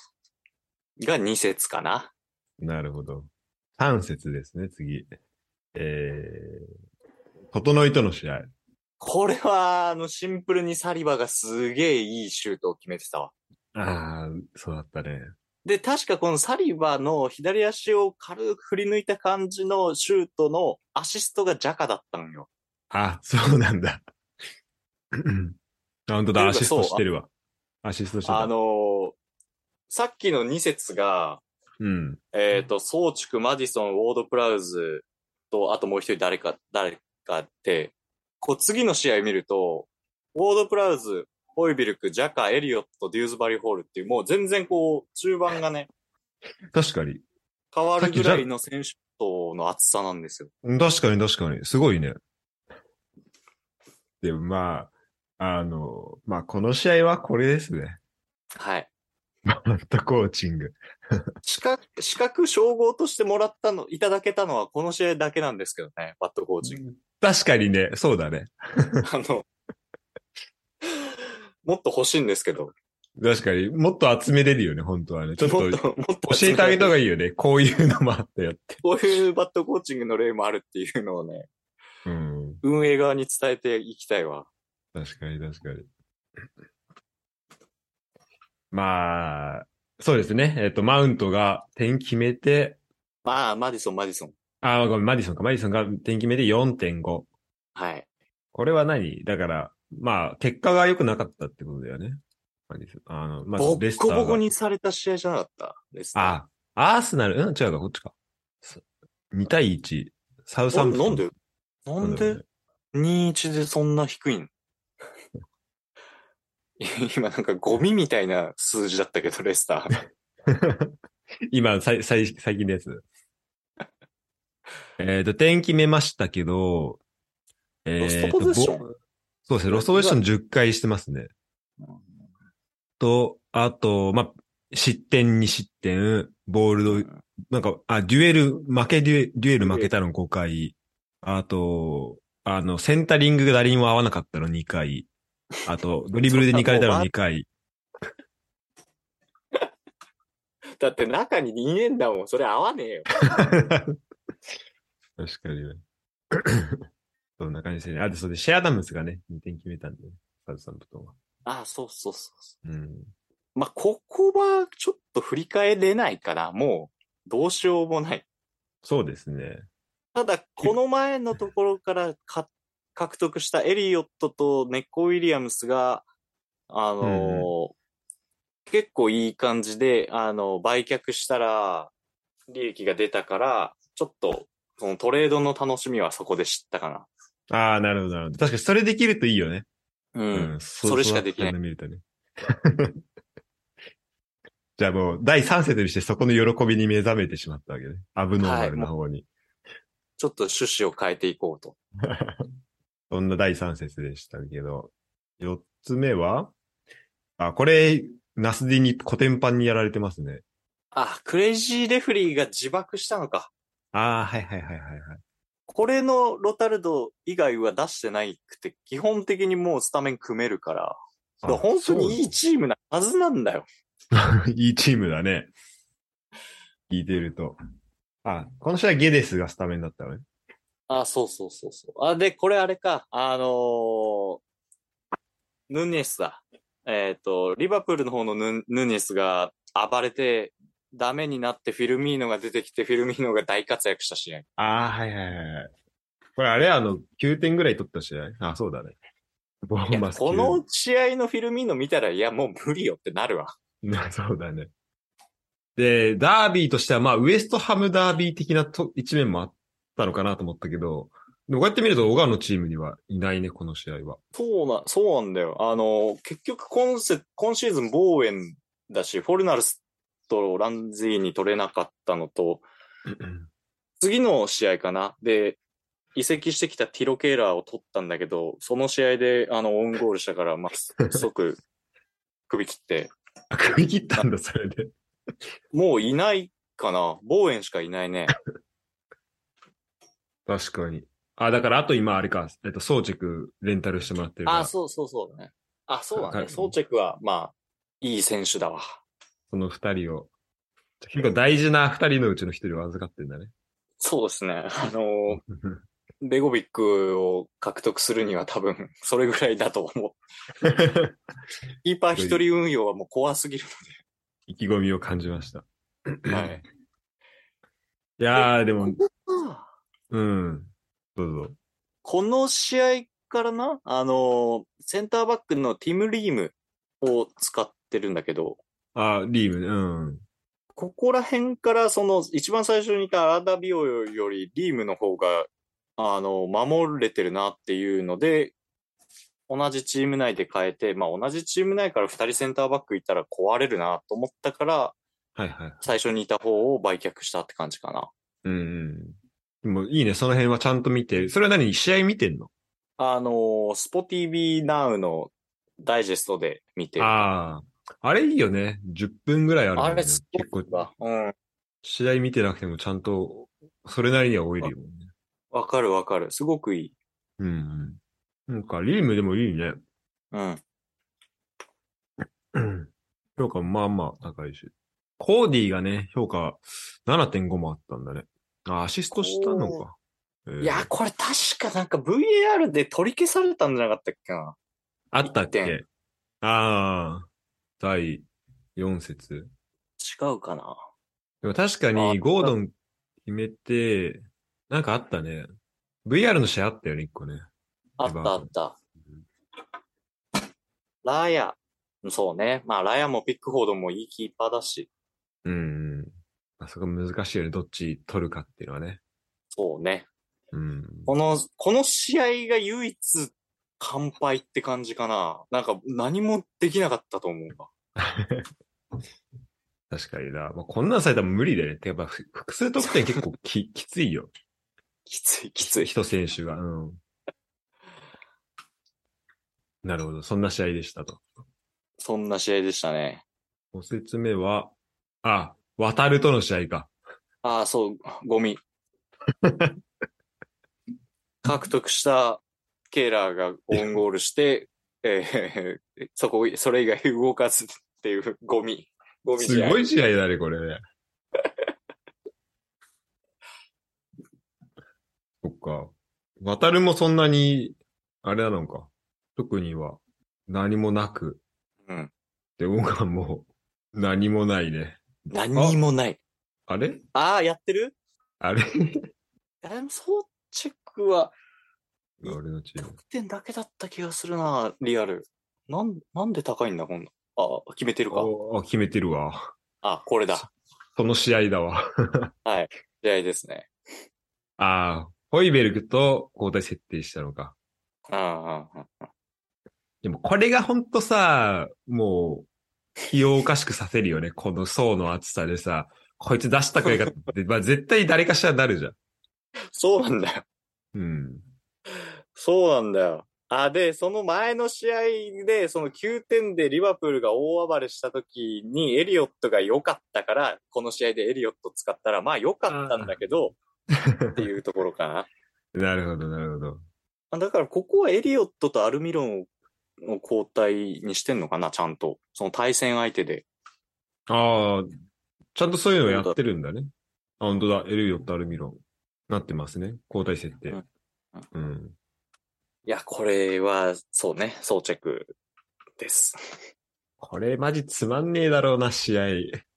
がに節かな。 なるほど。さん節ですね、次。えー、整いとの試合。 これは、あの、シンプルにサリバがすげえいいシュートを決めてたわ。 ああ、そうだったね。 で、確かこのサリバの左足を軽く振り抜いた感じのシュートのアシストがジャカだったんよ。 あ、そうなんだ。 あ、本当だ、アシストしてるわ。アシストしてた。 あのー、さっきのに節が、 うん。 えっ、ー、と、ソーチク、マディソン、ウォードプラウズと、あともう一人誰か、誰かって、こう次の試合見ると、ウォードプラウズ、ホイビルク、ジャカ、エリオット、デューズバリーホールっていう、もう全然こう、中盤がね、 確かに。 変わるぐらいさっきじゃ、 の選手層の厚さなんですよ。 確かに確かに。すごいね。でもまあ、あの、まあこの試合はこれですね。 はい。 バットコーチング。 資格、資格称号としてもらったの、いただけたのはこの試合だけなんですけどね、バットコーチング。 確かにね、そうだね。 あの、もっと欲しいんですけど。 確かに、もっと集めれるよね、本当はね。ちょっともっと、もっと教えてあげた方がいい。 いよね。こういうのもあったよって。 こういうバットコーチングの例もあるっていうのをね、 うん。 運営側に伝えていきたいわ。 確かに確かに。まあ、そうですね。えっと、マウントが点決めて、 まあ、マディソン、マディソン。 あ、ごめん、マディソンか。マディソンが点決めてよんてんご。 はい。 これは何だから、まあ、結果が良くなかったってことだよね。マディソン。あの、まあ、 ボッレスターが。 コボコにされた試合じゃなかった、レスター。 あ、アーセナル、うん、違うか、こっちか。に対いち。サウあれ、 サンプトン。 なんでなんでなんだろうね。 にたいいち でそんな低いん今なんかゴミみたいな数字だったけど、レスター。 今、最、最、最近のやつ。えっと、点決めましたけど、 ロストえっと、ボ、 ポゼッションそうですね、ロストポジション何がじゅっかいしてますね。と、あと、まあ、失点に失点、ボールド、なんか、あ、デュエル、負けデュエ、デュエル負けたのごかい、あと、あの、センタリングが誰にも合わなかったのにかい、あと、ドリブルで抜かれたのにかい。 だって中ににねんだもん。それ合わねえよ。 確かにね。そんな感じですね。あと、それでシェアダムスがね、にてん決めたんで、ね、サウサンプトンは。 ああ、そうそうそうそうん。 う。まあ、ここはちょっと振り返れないから、もうどうしようもない。 そうですね。 ただ、この前のところからか獲得したエリオットとネッコ・ウィリアムスが、あのーうんうん。 結構いい感じで、あの、売却したら利益が出たから、ちょっと、そのトレードの楽しみはそこで知ったかな。 ああ、なるほど、なるほど。確かにそれできるといいよね。 うん。 うん。そう、 それし育ってかできない。 るの見るとね。じゃあもう、第三節にしてそこの喜びに目覚めてしまったわけね。アブノーはい。 マルもう、 な方に。 ちょっと趣旨を変えていこうと。 そんな第三節でしたけど。四つ目はあ、これ、ナスディにコテンパンにやられてますね。 あ、クレイジーレフリーが自爆したのか。 ああ、はいはいはいはいはい。 これのロタルド以外は出してないくて、基本的にもうスタメン組めるから、だからあ、 本当そう。 にいいチームなはずなんだよ。 いいチームだね。聞いてると。あ、この試合ゲデスがスタメンだったのね。 あ、そうそうそうそう。あ、で、これあれか、あのーヌネスだ。えっ、と、リバプールの方のヌヌネスが暴れて、ダメになってフィルミーノが出てきて、フィルミーノが大活躍した試合。 ああ、はいはいはいはい。これあれあの、きゅうてんぐらい取った試合あ、そうだね。ボーいや、 ンマスこきゅう。 の試合のフィルミーノ見たら、いや、もう無理よってなるわ。 そうだね。で、ダービーとしては、まあ、ウエストハムダービー的なと一面もあったのかなと思ったけど、でもこうやって見ると、小川のチームにはいないね、この試合は。 そうな、そうなんだよ。あの、結局今せ、今シーズンボーエンだし、フォルナルスとランズィーに取れなかったのと、次の試合かな。で、移籍してきたティロ・ケーラーを取ったんだけど、その試合で、あの、オウンゴールしたから、まあ、即首切って、 あ、首切ったんだ、それで。 もういないかな。ボーエンしかいないね。 確かに。あ、だからあと今あれか、えっと、ソーチェクレンタルしてもらってるかあ、 ら、 そうそうそうだね。あ、そうだかね。ソーチェクは、まあ、いい選手だわ。 その二人を、結構大事な二人のうちの一人を預かってんだね。 そうですね。あの、ベゴビックを獲得するには多分、それぐらいだと思う。キーパー一人運用はもう怖すぎる意気込みを感じました。 ので。はい。 いで、 やー、でも、 ここかうん。どうぞ。 この試合からな、あの、センターバックのティム・リームを使ってるんだけど、 あ、リームね、うん。 ここら辺からその一番最初にいたアラダビオよりリームの方が、あの、守れてるなっていうので、同じチーム内で変えて、まあ同じチーム内からふたりセンターバックいたら壊れるなと思ったから、 はいはい。 最初にいた方を売却したって感じかな。 うんうん。でもいいね、その辺はちゃんと見て。それは何試合見てんの？ あの、スポティービー Now のダイジェストで見てる。 ああ、あれいいよね。じゅっぷんぐらいあるもんね。 あれすごい結構、 わ。うん。 試合見てなくてもちゃんと、それなりには追えるよね。 わかるわかる。すごくいい。 うんうん。なんか、リームでもいいね。 うん。 うん。評価もまあまあ高いし。コーディーがね、評価ななてんごもあったんだね。あ、アシストしたのこか。えう。いや、 ー、 これ確かなんか ブイエーアール で取り消されたんじゃなかったっけな。 あったいってん。 っけ？ああ、だいよん節。 違うかな。 でも確かあ、 にゴードン決めて、なんかあったね。ブイアール の試合あったよね、一個ね。 あっエバートン。 たあった。ラヤ。そうね。まあ、ラヤもピックフォードもいいキーパーだし。 うん。あそこ難しいよね。どっち取るかっていうのはね。 そうね。 うん。 この、この試合が唯一完敗って感じかな。なんか何もできなかったと思うわ。 確かにな。まあ、こんなんされたら無理だよね。てかやっぱふ複数得点結構き、きついよ。 きついきつい。 一選手が。うん。なるほど。そんな試合でしたと。 そんな試合でしたね。 ご説目は、あ、渡るとの試合か。 ああ、そう、ゴミ。獲得したケーラーがオウンゴールして、えー、そこ、それ以外動かずっていうゴミ。ゴミ試合。 すごい試合だね、これね。そっか。渡るもそんなに、あれなのか。特には何もなく。 うん。 で、音楽も何もないね。 何にあ、 もない。 あれああ、やってる？ あれえー、そうチェックは、い俺のチーム。 得点だけだった気がするな、リアル。なん、なんで高いんだ、今度。あ、決めてるか。 ああ、決めてるわ。 あ、これそ、 だ。 その試合だわ。 はい。試合ですね。 ああ、ホイベルグと交代設定したのか。 ああ、ああ、 でもこれがほんとさ、もう、気をおかしくさせるよね。この層の厚さでさ、こいつ出したくないかって、まあ絶対誰かしらなるじゃん。 そうなんだよ。 うん。 そうなんだよ。あ、で、その前の試合で、そのきゅうてんでリバプールが大暴れした時にエリオットが良かったから、この試合でエリオット使ったら、まあ良かったんだけど、っていうところかな。 なるほど、なるほど。 だからここはエリオットとアルミロンを交代にしてんのかな、ちゃんと。その対戦相手で。 ああ、ちゃんとそういうのやっどうだ。 てるんだね。あ、本当だ。エルヨット・アルミロン。なってますね。交代設定。 うん。 うん。 いや、これは、そうね、そうチェックです。 これマジつまんねえだろうな、試合。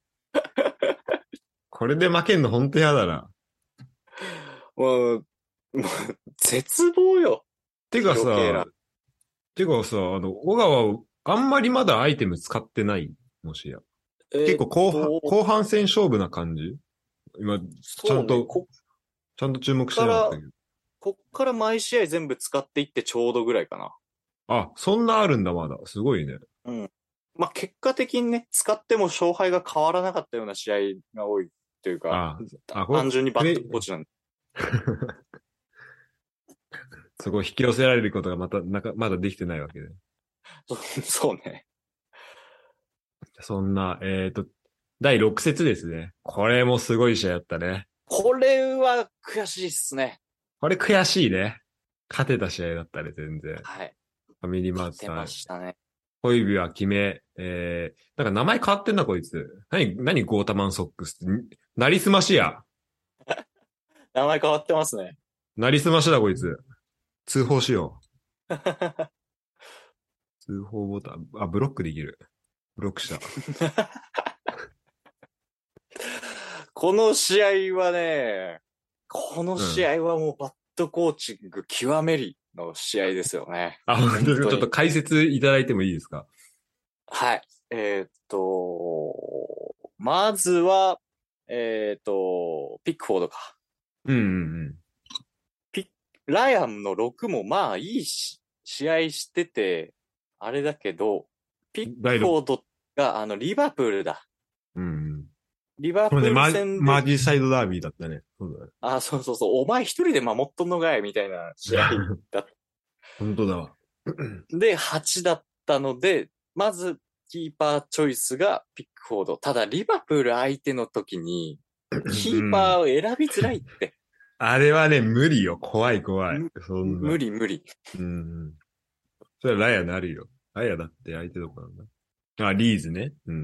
これで負けんのほんと嫌だな。 もう、もう、絶望よ。 てかさ、 ティロケーラ。 てかさ、あの、小川、あんまりまだアイテム使ってない？もしや。結えーっ構後半、 と、 後半戦勝負な感じ？今、ちゃそうね、 んと、 こっちゃんと注目してから、 なかったけど。 こっから毎試合全部使っていってちょうどぐらいかな。 あ、そんなあるんだ、まだ。すごいね。 うん。まあ、結果的にね、使っても勝敗が変わらなかったような試合が多いというか、 あ、あ、これ、 単純にバットプレイ、 コーチなんで。 すごい引き寄せられることがまた、なか、まだできてないわけで。 そうそうね。 そんな、えっと、だいろく節ですね。これもすごい試合だったね。 これは悔しいっすね。 これ悔しいね。勝てた試合だったね、全然。 はい。 ファミリーマー勝てまトさん。 したね。 ホイビは決め、えー、なんか名前変わってんな、こいつ。何、何ゴータマンソックスって。なりすましや。 名前変わってますね。 なりすましだ、こいつ。通報しよう。通報ボタン。あ、ブロックできる。ブロックした。 この試合はね、このうん。 試合はもうバットコーチング極めり。 の試合ですよね。 あ、本当ですか。 本当にちょっと解説いただいてもいいですか？ はい。えーっと、まずは、えーっと、ピックフォードか。 うんうんピッ、ライアンのろくもまあいいし、試合してて、あれだけど、ピッうん。 ク第六。 フォードが、あの、リバプールだ。 うんうん。 リバそうね、 プールマー、 戦で、 マージーサイドダービーだったね。そうだね。 あ、そうそうそう、お前一人で守っとんのかいみたいな試合だっ本当だわ。 で、はちだったので、まず、キーパーチョイスがピックフォード。ただ、リバプール相手の時に、キーパーを選びづらいって。 あれはね、無理よ。怖い怖い。 むそんな。 無理無理。 うん。それはラヤなるよ。ラヤだって相手どこなんだ。あ、リーズね。うん。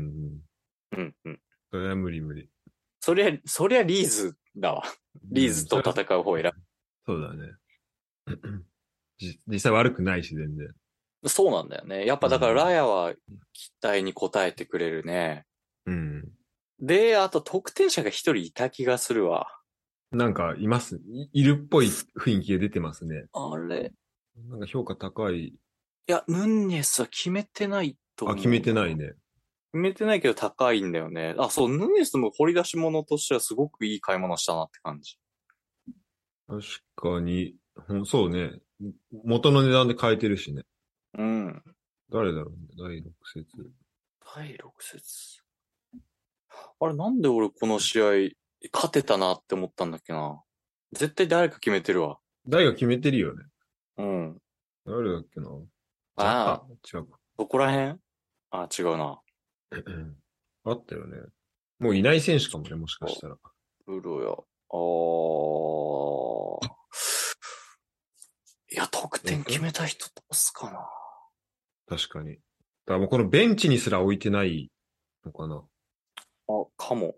うんうん。 それは無理無理。 そりゃ、そりゃリーズだわ。リーうん。 ズとそれは、 戦う方を選そうだね。じ実際悪くないし、全然。 ぶ。そうなんだよね。やっぱだからラヤは期待に応えてくれるね。 うん。 で、あと得点者が一人いた気がするわ。 なんか、います。い、いるっぽい雰囲気が出てますね。 あれなんか評価高い。 いや、ヌンニェスは決めてないと思あ、 う。 決めてないね。 決めてないけど高いんだよね。あ、そう、ヌネスも掘り出し物としてはすごくいい買い物したなって感じ。 確かに、ほんそうね。元の値段で買えてるしね。 うん。 誰だろうね。だいろく節。 だいろく節。あれ、なんで俺この試合、勝てたなって思ったんだっけな。絶対誰か決めてるわ。 誰が決めてるよね。 うん。 誰だっけな。ジャああ、 カ違うか。 どこら辺あ、違うな。 あったよね。もういない選手かもね、もしかしたら。 プロや。あー。いや、得点決めた人どうすかな。 確かに。だからもうこのベンチにすら置いてないのかな。 あ、かも。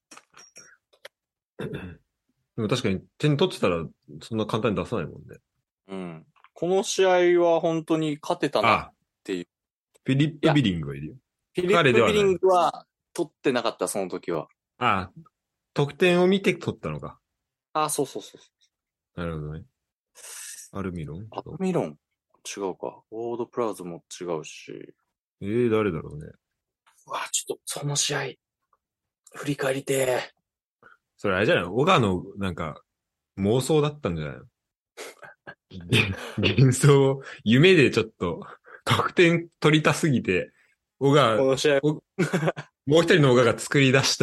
でも確かに点取ってたらそんな簡単に出さないもんね。 うん。この試合は本当に勝てたなっあ、 ていう。 フィリップ・いやビリングがいるよ。 フィリップ・彼ではない。 ビリングは取ってなかった、その時は。 あ、得点を見て取ったのか。 あ、そうそうそう。 なるほどね。アルミロンアルミロン違うか。オードプラズも違うし。 えー、誰だろうね。 うわ、ちょっと、その試合、振り返りてそれあれじゃない小川のなんか妄想だったんじゃないの？幻想を夢でちょっと得点取りたすぎて、小川、 この試合、 おもう一人の小川が作り出した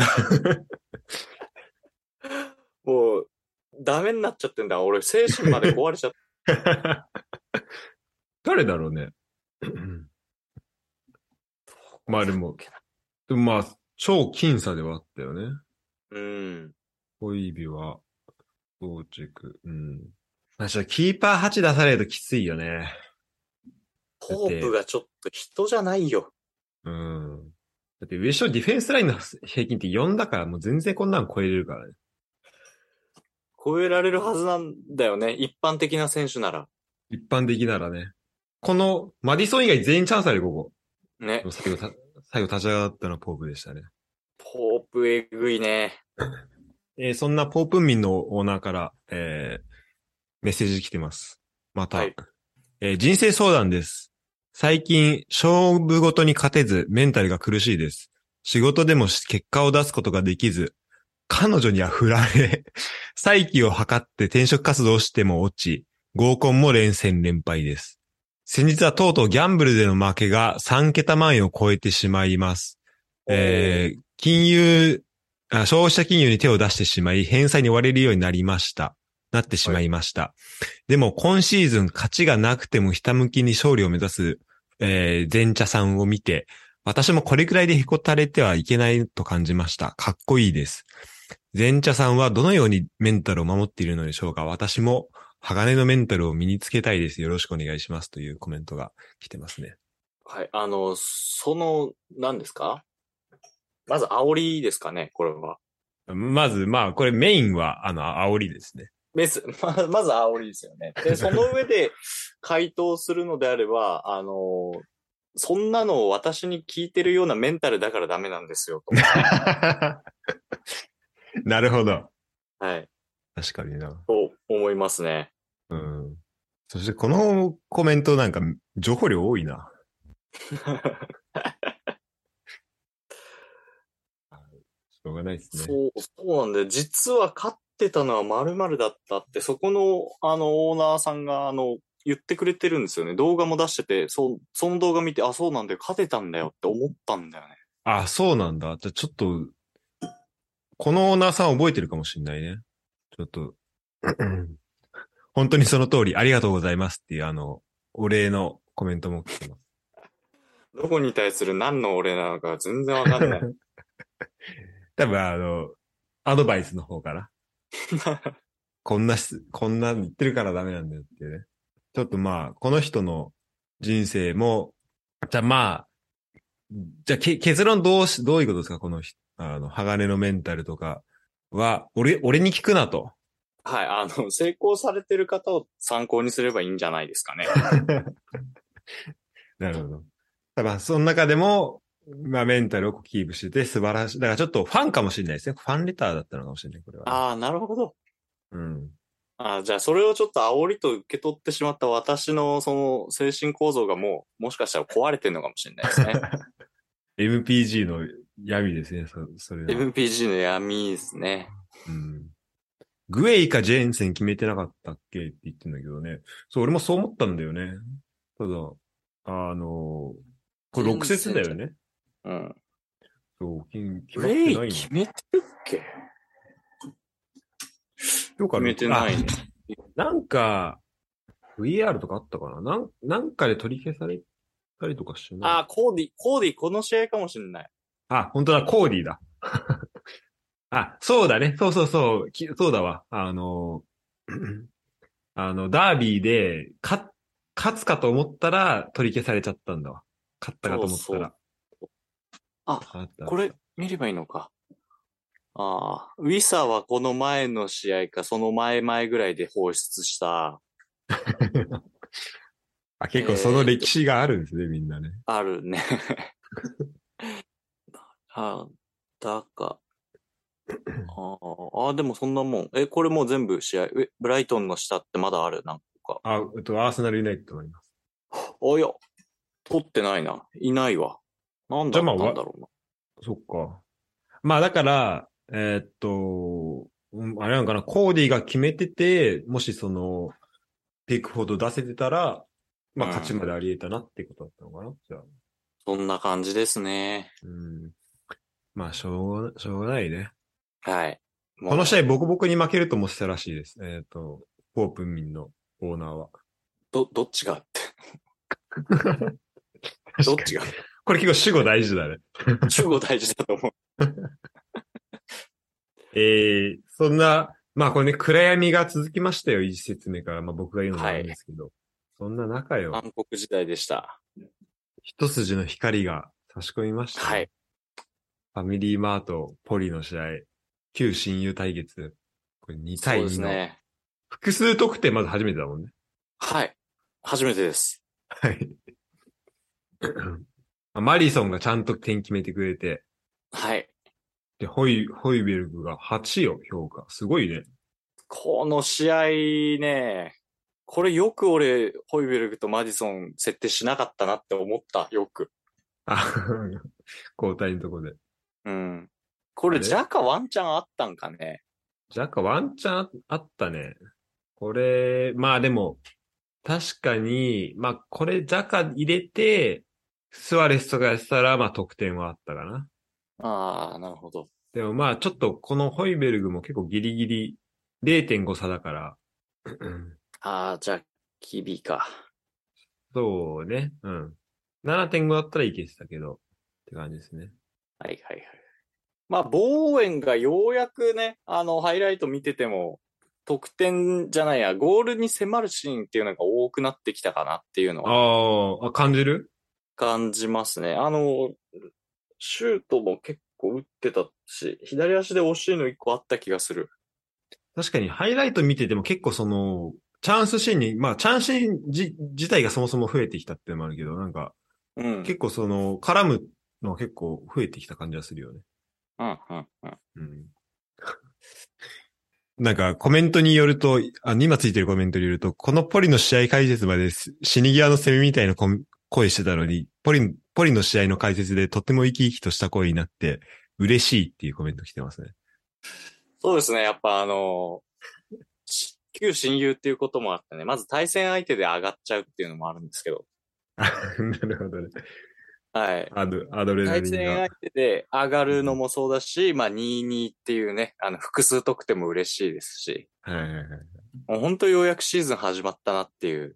もう、ダメになっちゃってんだ。俺、精神まで壊れちゃっ誰だろうね。 た。 まあでも、でもまあ、超僅差ではあったよね。 うん。 ホイビは、到着。うん。まあ、ちょっとキーパーはち出されるときついよね。 ポープがちょっと人じゃないよ。 うん。だって上昇ディフェンスラインの平均ってよんだからもう全然こんなの超えれるからね。 超えられるはずなんだよね。一般的な選手なら。 一般的ならね。この、マディソン以外全員チャンスあるよ、ここ。 ね。 最後た、最後立ち上がったのはポープでしたね。 ポープえぐいね。 えーそんなポープ民のオーナーから、えーメッセージ来てます。また、 はいえー人生相談です。最近、勝負ごとに勝てず、メンタルが苦しいです。仕事でも結果を出すことができず、彼女には振られ、再起を図って転職活動をしても落ち、合コンも連戦連敗です。先日はとうとうギャンブルでの負けがさん桁万円を超えてしまいます。えー金融あ、消費者金融に手を出してしまい、返済に追われるようになりました。なってしまいました。でも今シーズン勝ちがなくてもひたむきに勝利を目指す、えー、前茶さんを見て、私もこれくらいでへこたれてはいけないと感じました。かっこいいです。前茶さんはどのようにメンタルを守っているのでしょうか？私も鋼のメンタルを身につけたいです。よろしくお願いします。というコメントが来てますね。 はい。あの、その、何ですかまず煽りですかね、これは。 まず、まあ、これメインは、あの、煽りですね。 メス、ままず煽りですよね。で、その上で回答するのであれば、あの、そんなのを私に聞いてるようなメンタルだからダメなんですよ、と。 なるほど。 はい。 確かにな。 と思いますね。 うん。 そしてこのコメントなんか情報量多いな。しょうがないですね。 そう、そうなんで、実は勝ってたのは〇〇だったって、そこの、あの、オーナーさんが、あの、言ってくれてるんですよね。動画も出してて、そ、その動画見て、あ、そうなんだよ、勝てたんだよって思ったんだよね。 あ、そうなんだ。じゃあちょっと、このオーナーさん覚えてるかもしんないね。ちょっと、本当にその通りありがとうございますっていうあの、お礼のコメントも来てます。 どこに対する何の俺なのか全然わかんない。 多分あの、アドバイスの方かな。こんなし、こんなの言ってるからダメなんだよっていうね。ちょっとまあ、この人の人生も、じゃあまあ、じゃあけ結論どうし、どういうことですかこの人、あの、鋼のメンタルとかは、俺、俺に聞くなと。 はい、あの、成功されてる方を参考にすればいいんじゃないですかね。 なるほど。まあ、その中でも、まあ、メンタルをキープしてて素晴らしい。だからちょっとファンかもしれないですね。ファンレターだったのかもしれない、これはね。 ああ、なるほど。 うん。 あーじゃあ、それをちょっと煽りと受け取ってしまった私のその精神構造がもう、もしかしたら壊れてるのかもしれないですね。 エムピージー の闇ですね、そ、それは。 エムピージー の闇ですね。 うん。グエイかジェーンセン決めてなかったっけって言ってんだけどね。そう、俺もそう思ったんだよね。ただ、あの、これろく節だよね。 うん。 そう、決決まっグレイてないん決めてるっけよくある。 決めてないね。 あ、なんか、ブイアール とかあったかななん、なんかで取り消されたりとかしない。 ああ、コーディ、コーディこの試合かもしれない。 あ、本当だ、コーディだ。あ、そうだね。そうそうそう。きそうだわ。あの、あの、ダービーで、か、勝つかと思ったら取り消されちゃったんだわ。勝ったかとそうそう。 思ったら。 あ、 あったあっこれ見ればいいのか。ああ、ウィサはこの前の試合か、その前々ぐらいで放出した、 た。あ、結構そのえーっと、 歴史があるんですね、みんなね。 あるね。あ、だか。あーあー、でもそんなもん。え、これもう全部試合。え、ブライトンの下ってまだあるなんか。 あ、えっと、アーセナルユナイテッドがあります。 あ、いや、取ってないな。いないわ。なんだっじゃあまあ、わ、 たんだろうな。 そっか。まあだから、えーっと、うんあれなのかな、コーディが決めてて、もしその、ピックフォード出せてたら、まあ勝ちうん。 まであり得たなってことだったのかなじゃあ。 そんな感じですね。 うん。まあ、しょうが、しょうがないね。 はい。 この試合もう、 ボコボコに負けると思ってたらしいです。えっ、と、ポープン民のオーナーは。 ど、どっちがって。ど確かに。 っちがこれ結構主語大事だね。 主語大事だと思う。 えー、そんな、まあこれね、暗闇が続きましたよ、一節目から。まあ僕が言うのもなんはい。 ですけど。そんな中よ、 暗黒時代でした。 一筋の光が差し込みましたね。 はい。 ファミリーマート、ポリの試合、旧親友対決。これにそうで対にのすね。 複数得点まず初めてだもんね。 はい。初めてです。 はい。マリソンがちゃんと点決めてくれて、 はい。 で、ホイ、ホイベルグがはちを評価。すごいね。 この試合ね、これよく俺、ホイベルグとマディソン設定しなかったなって思った。よく。 あ、交代のとこで。 うん。これ、ジで、 ャカワンチャンあったんかね。 ジャカワンチャンあったね。これ、まあでも、確かに、まあこれジャカ入れて、スアレスとかやってたら、まあ得点はあったかな。 ああ、なるほど。 でもまあちょっとこのホイベルグも結構ギリギリれいてんご差だから、 ああ、じゃあ、キビか。 そうね。うん。ななてんごだったらいけてたけど、って感じですね。 はいはいはい。まあ、ボーエンがようやくね、あの、ハイライト見てても、得点じゃないや、ゴールに迫るシーンっていうのが多くなってきたかなっていうのはああ、あ、感じる感じますね。あの、シュートも結構打ってたし、左足で惜しいの一個あった気がする。 確かにハイライト見てても結構その、チャンスシーンに、まあチャンスシーンじ自体がそもそも増えてきたっていうのもあるけど、なんか、 うん。 結構その、絡むのは結構増えてきた感じがするよね。 うん、うん、うん。 うん。 なんかコメントによると、あの、今ついてるコメントによると、このポリの試合解説まです死に際の攻めみたいなコメ声してたのに、ポリ、ポリの試合の解説でとっても生き生きとした声になって、嬉しいっていうコメント来てますね。 そうですね。やっぱあの、旧親友っていうこともあってね、まず対戦相手で上がっちゃうっていうのもあるんですけど。 なるほどね。 はい。 アド、アドレナ対リンが。 戦相手で上がうん、 るのもそうだし、まあにたいにっていうね、あの複数得点も嬉しいですし、 はいはいはい。 もう本当ようやくシーズン始まったなっていう、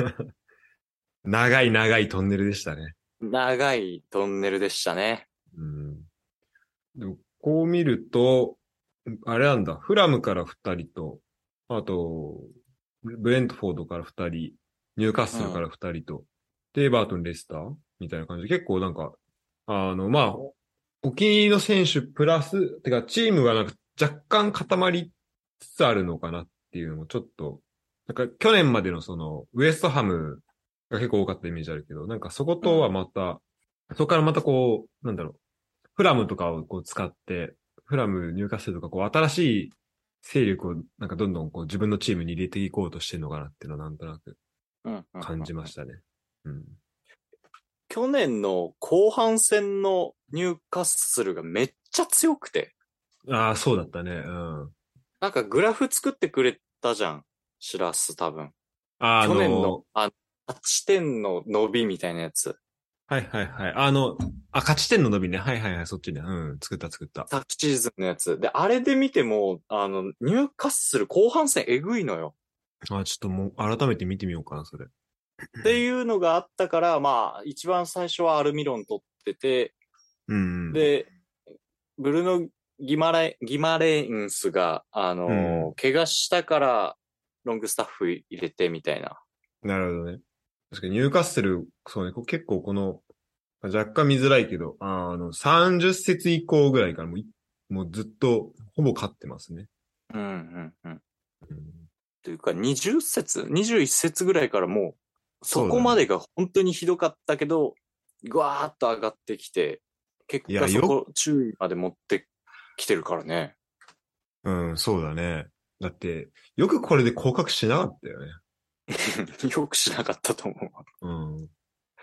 長い長いトンネルでしたね。 長いトンネルでしたね。 うん。でもこう見ると、あれなんだ、フラムからふたりと、あと、ブレントフォードからふたり、ニューカッスルからふたりと、で、エバートン、レスターみたいな感じで、結構なんか、あの、まあ、お気に入りの選手プラス、てか、チームがなんか若干固まりつつあるのかなっていうのもちょっと、なんか去年までのその、ウエストハムが結構多かったイメージあるけど、なんかそことはまた、そこからまたこう、なんだろう、フラムとかをこう使って、フラム、ニューカッスルとか、こう、新しい勢力をなんかどんどんこう自分のチームに入れていこうとしてるのかなっていうのはなんとなくうんうんうん感じましたね。うん。 去年の後半戦のニューカッスルがめっちゃ強くて、 ああ、そうだったね。うん。 なんかグラフ作ってくれたじゃん。シラス多分。 あ、あ去年のの、 あはちてんの伸びみたいなやつ。 はいはいはい。あの、あ、勝ち点の伸びね。はいはいはい、そっちね。うん、作った作った。 昨シーズンのやつ。で、あれで見ても、あの、ニューカッスル後半戦えぐいのよ。 あ、ちょっともう改めて見てみようかな、それ。 っていうのがあったから、まあ、一番最初はアルミロン取ってて、 うん。 で、ブルノ・ギマレ、ギマレンスが、あうん。 の怪我したから、ロングスタッフ入れてみたいな。 なるほどね。確かにニューカッスル、そうね、こ結構この、若干見づらいけど、あの、さんじゅっ節以降ぐらいからもうい、もうずっと、ほぼ勝ってますね。 うんうんうん。 うん、 というか、にじゅっ節、にじゅういち節ぐらいからもう、そそうだね。 こまでが本当にひどかったけど、ぐわーっと上がってきて、結いや、よ、 果そこ、注意まで持ってきてるからね。 うん、そうだね。だって、よくこれで降格しなかったよね。 よくしなかったと思う。 うん。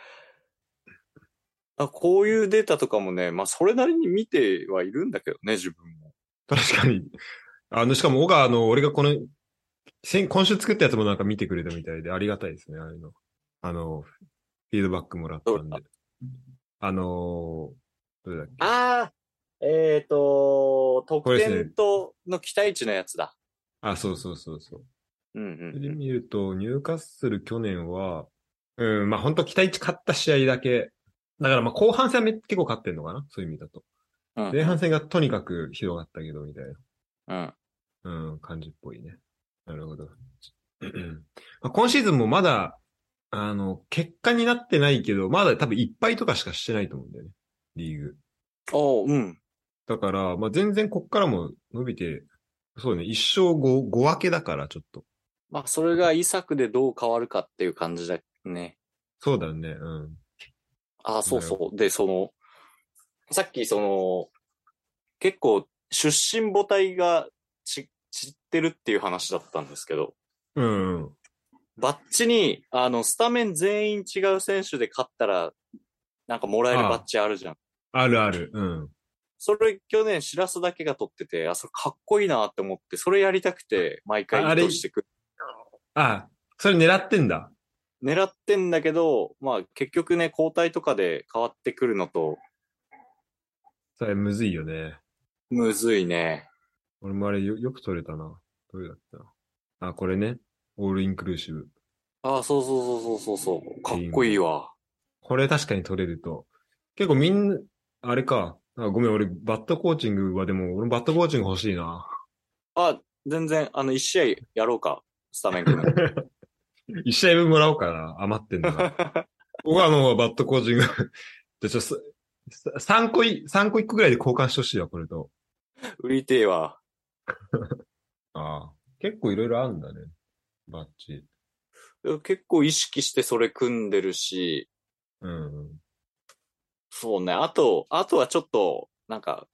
あ、こういうデータとかもね、まあそれなりに見てはいるんだけどね、自分も。 確かに。あの、しかも、小川、あの、俺がこの、先、今週作ったやつもなんか見てくれたみたいでありがたいですね、あれの。あの、フィードバックもらったんで。あのー、どれだっけ。 ああ、えっ、と、得点これですね。 との期待値のやつだ。 あ、そうそうそうそう。 うんうんでうん。 見ると、ニューカッスル去年は、うん、まあ本当期待値勝った試合だけ。だからまあ後半戦はめ結構勝ってんのかなそういう意味だと。 うん前半戦がとにかく広がったけど、みたいうん。うん。 な、うん、感じっぽいね。なるほど。うんまあ今シーズンもまだ、あの、結果になってないけど、まだ多分いっぱいとかしかしてないと思うんだよね。リーグ。 おう、うん。 だから、まあ全然こっからも伸びて、そうね、一勝五、五分けだからちょっと。 まあそれがイサクでどう変わるかっていう感じだね。 そうだね、うん。 ああ、そうなるほそう。で、その、さっきその、結構出身母体がち散ってるっていう話だったんですけど、 ど。うんうん。 バッジに、あの、スタメン全員違う選手で勝ったら、なんかもらえるバッあジあるじゃん。 あ、あるある。うん。 それ去年シラスだけが取ってて、あ、それかっこいいなって思って、それやりたくて毎回あ、あれ、 移動してく。 あ、それ狙ってんだ。 狙ってんだけど、まあ結局ね、交代とかで変わってくるのと、 それむずいよね。 むずいね。 俺もあれよ、よく取れたな。どれだったあ、これね。オールインクルーシブ。 あ、そうそうそうそうそうそう。かっこいいレインボー。 わ。 これ確かに取れると。結構みんな、あれか。あ、ごめん、俺、バットコーチングはでも、俺バットコーチング欲しいな。 あ、全然、あの、一試合やろうか。スタメン組む。 一試合分もらおうかな。余ってんなら。僕はもうバットコーチングじゃ、ちょ、す三個い、三個一個ぐらいで交換してほしいわ、これと。 売りてえわ。 ああ。結構いろいろあるんだね。バッチ。 結構意識してそれ組んでるし、 うんうん。 そうね。あと、あとはちょっと、なんか、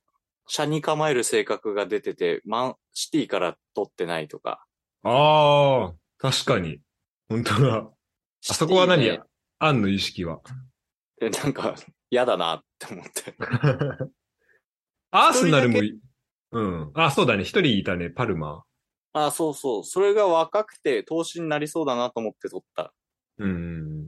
車に構える性格が出てて、マンシティから取ってないとか。 ああ、確かに。本当だ。あシそこは何ティね、 アンの意識は。 えなんか嫌だなって思って。 アー一人だけ、 セナルもい、うん。あ、そうだね。一人いたね。パルマー。 あ、そうそう。それが若くて投資になりそうだなと思って取った。 うん。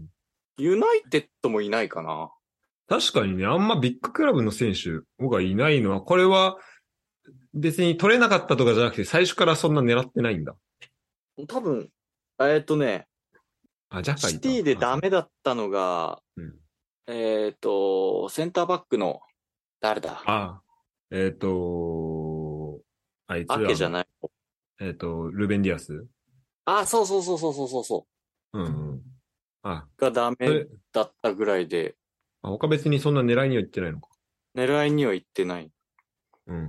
ユナイテッドもいないかな。 確かにね、あんまビッグクラブの選手がいないのは、これは別に取れなかったとかじゃなくて、最初からそんな狙ってないんだ。 多分、えーっとね、 あ、ジャカいた。 シティであ、そう。 ダメだったのが、 うん。 えーっと、センターバックの、誰だあ、えっと、あいつ、あの、 アケじゃない。 えっと、ルベンディアス。 あ、そうそうそうそうそうそうそうん、うん。あ、 う。がダメそれ、 だったぐらいで、 あ、他別にそんな狙いには行ってないのか。 狙いには行ってない。 うん、うん。うん、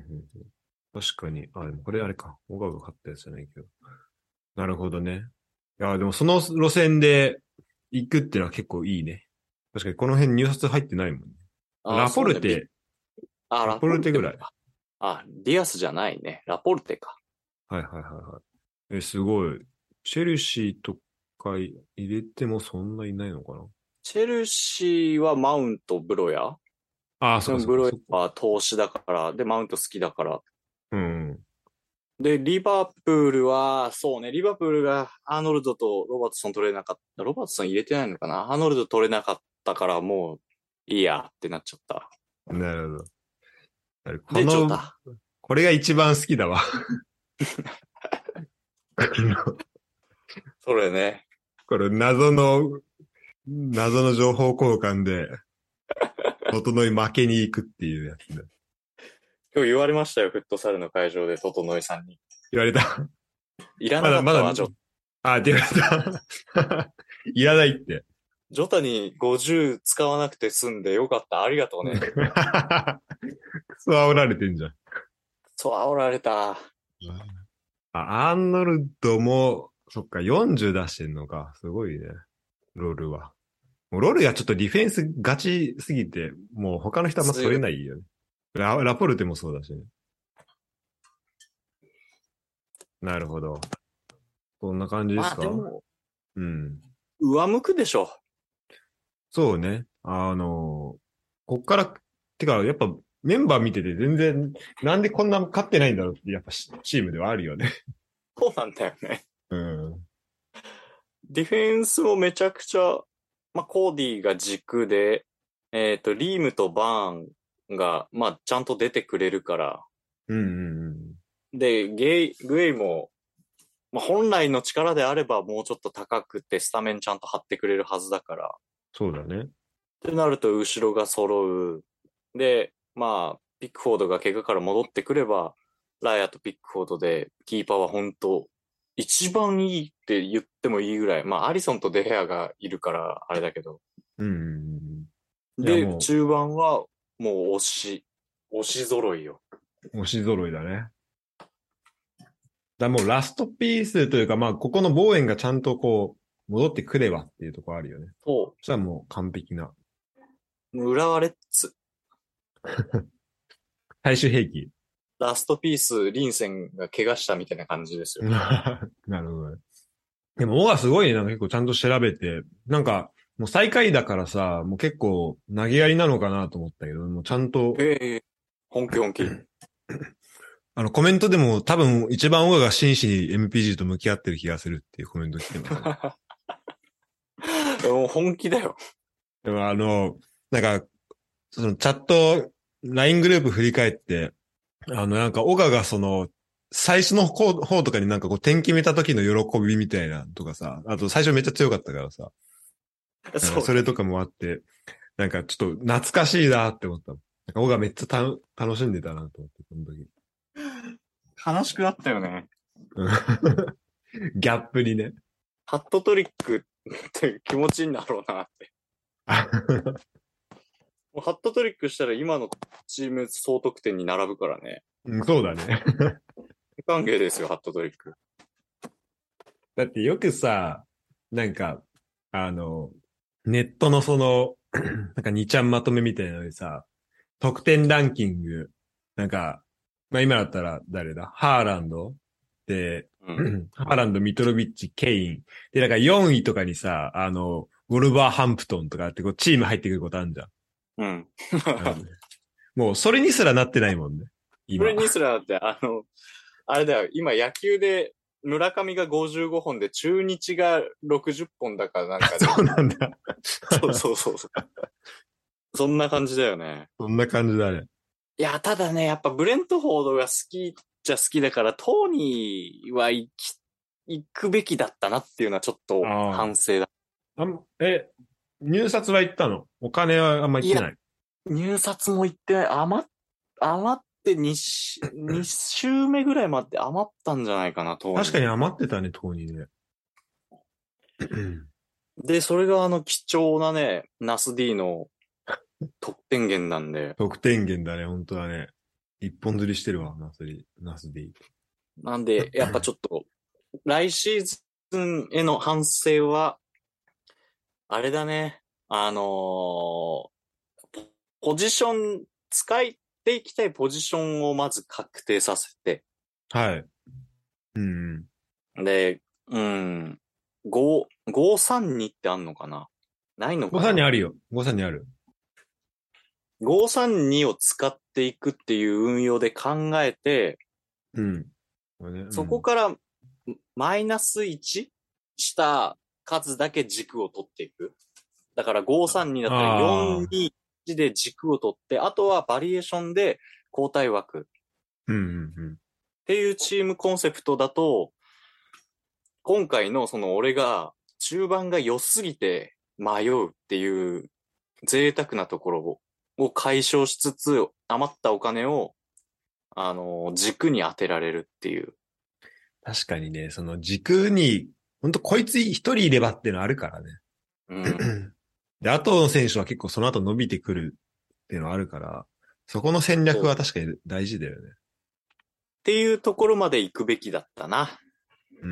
確かに。あ、でもこれあれか。オガが勝ったやつじゃないけど。なるほどね。いや、でもその路線で行くってのは結構いいね。確かにこの辺入札入ってないもんね。 あ、 ラポそうね。ビルテ、 あ、 ラポラポルテぐらい。 ルテもか。あ、ディアスじゃないね。ラポルテか。 はいはいはいはい。え、すごい。チェルシーとか入れてもそんないないのかな。 チェルシーはマウント、ブロヤ。 ああ、そっかそっか、 でもブロヤそっか。 は投資だから、で、マウント好きだから。 うん。 で、リバプールは、そうね、リバプールがアーノルドとロバートソン取れなかった。ロバートソン入れてないのかな。アーノルド取れなかったからもういいやってなっちゃった。 なるほど。なるこで、ジョの、 タ。 これが一番好きだわ。このそれね。 これ謎の、謎の情報交換で、整い負けに行くっていうやつで。 今日言われましたよ、フットサルの会場で、整井さんに。 言われた。 いらまだ、まだ、 なかったわ、ジョ、 あ、って言われた。いらないって。 ジョタにごじゅう使わなくて済んでよかった。ありがとうね。 クソ煽られてんじゃん。 そう、煽られた。 あ、アーノルドも、そっか、よんじゅう出してんのか。すごいね。ロールは。もうロールがちょっとディフェンスガチすぎて、もう他の人あんま取強い。 れないよね。ラ、ラポルテもそうだしね。なるほど。こんな感じでますか？ あでも、 うん。 上向くでしょ。 そうね。あの、こっから、てか、やっぱメンバー見てて全然、なんでこんな勝ってないんだろうって、やっぱチームではあるよね。 そうなんだよね。 うん。 ディフェンスもめちゃくちゃ、まあ、コーディが軸で、えっと、リームとバーンが、まあ、ちゃんと出てくれるから。 うんうんうん。 で、ゲイ、グエイも、まあ、本来の力であればもうちょっと高くてスタメンちゃんと張ってくれるはずだから。 そうだね。 ってなると後ろが揃う。で、まあ、ピックフォードが怪我から戻ってくれば、ライアとピックフォードで、キーパーは本当一番いいって言ってもいいぐらい。まあ、アリソンとデヘアがいるから、あれだけど。 うんうんうん。いや、 で、 も中盤は、もう押し、押し揃いよ。 う、押し揃いだね。だもうラストピースというか、まあ、ここのボーエンがちゃんとこう、戻ってくればっていうところあるよね。 そそしたらもう完璧な。 う、浦和レッズ。 最終兵器。 ラストピース、リンセンが怪我したみたいな感じですよ。 なるほどね。でも、オガすごいね。なんか結構ちゃんと調べて。なんか、もう最下位だからさ、もう結構投げやりなのかなと思ったけど、もうちゃんと、 ええ本気本気。 あのコメントでも多分一番オガが真摯に エムピージー と向き合ってる気がするっていうコメント来てますね。 もう本気だよ。 でもあの、なんか、そのチャット、ライン グループ振り返って、あのなんかオガがその、最初の方方とかになんかこう点決めた時の喜びみたいなとかさ、あと最初めっちゃ強かったからさ、なんかそうね。 それとかもあって、なんかちょっと懐かしいなって思った。なんかオガめっちゃた楽しんでたなと思って、この時。 悲しくなったよね。 うんギャップにね。 ハットトリックって気持ちいいんだろうなって。もうハットトリックしたら今のチーム総得点に並ぶからね。 うんそうだね。 歓迎ですよ、ハットトリック。 だってよくさ、なんか、あの、ネットのその、なんかにちゃんまとめみたいなのでさ、得点ランキングなんか、まあ今だったら誰だハーランドで、 うん。 ハーランド、ミトロビッチ、ケイン。で、なんかよんいとかにさ、あの、ウォルバーハンプトンとかってこうチーム入ってくることあるじゃん。 うん。 あのねもうそれにすらなってないもんね。今。 それにすらだって、あの、あれだよ、今野球で村上がごじゅうごほんで中日がろくじゅっぽんだからなんかで。 そうなんだ。 そうそうそうそう。そんな感じだよね。 そんな感じだね。 いや、ただね、やっぱブレントフォードが好きじゃ好きだから、トーニーは行き、行くべきだったなっていうのはちょっとあ反省だ。 あ。あん、え、入札は行ったの？お金はあんま行っいや、 てない？ 入札も行ってない。余っ、余って2し、に週目ぐらい待って余ったんじゃないかな、トーニー。 確かに余ってたね、トーニーで。 で、それがあの貴重なね、ナス D の得点源なんで、 得点源だね、本当だね。一本釣りしてるわ、ナスリ、ナスディ。 なんで、やっぱちょっと、来シーズンへの反省は、あれだね、あのーポジション、使っていきたいポジションをまず確定させて、 はい。うんうん。 で、うん、ご、ごさんにってあんのかなないのごさんにかなあるよ。ごさんにある。 ごさんに を使っていくっていう運用で考えて、 うん。これね、うん。 そこからマイナスいちした数だけ軸を取っていく。だからごさんにだったらああ。 よんにいちで軸を取って、あとはバリエーションで交代枠っうんうんうん。 ていうチームコンセプトだと、今回のその俺が中盤が良すぎて迷うっていう贅沢なところをを解消しつつ、余ったお金を、あの、軸に当てられるっていう。 確かにね、その軸に、ほんとこいつ一人いればっていうのあるからね。 うん。 で、後の選手は結構その後伸びてくるっていうのはあるから、そこの戦略そう。っは確かに大事だよね。 ていうところまで行くべきだったな。 うん。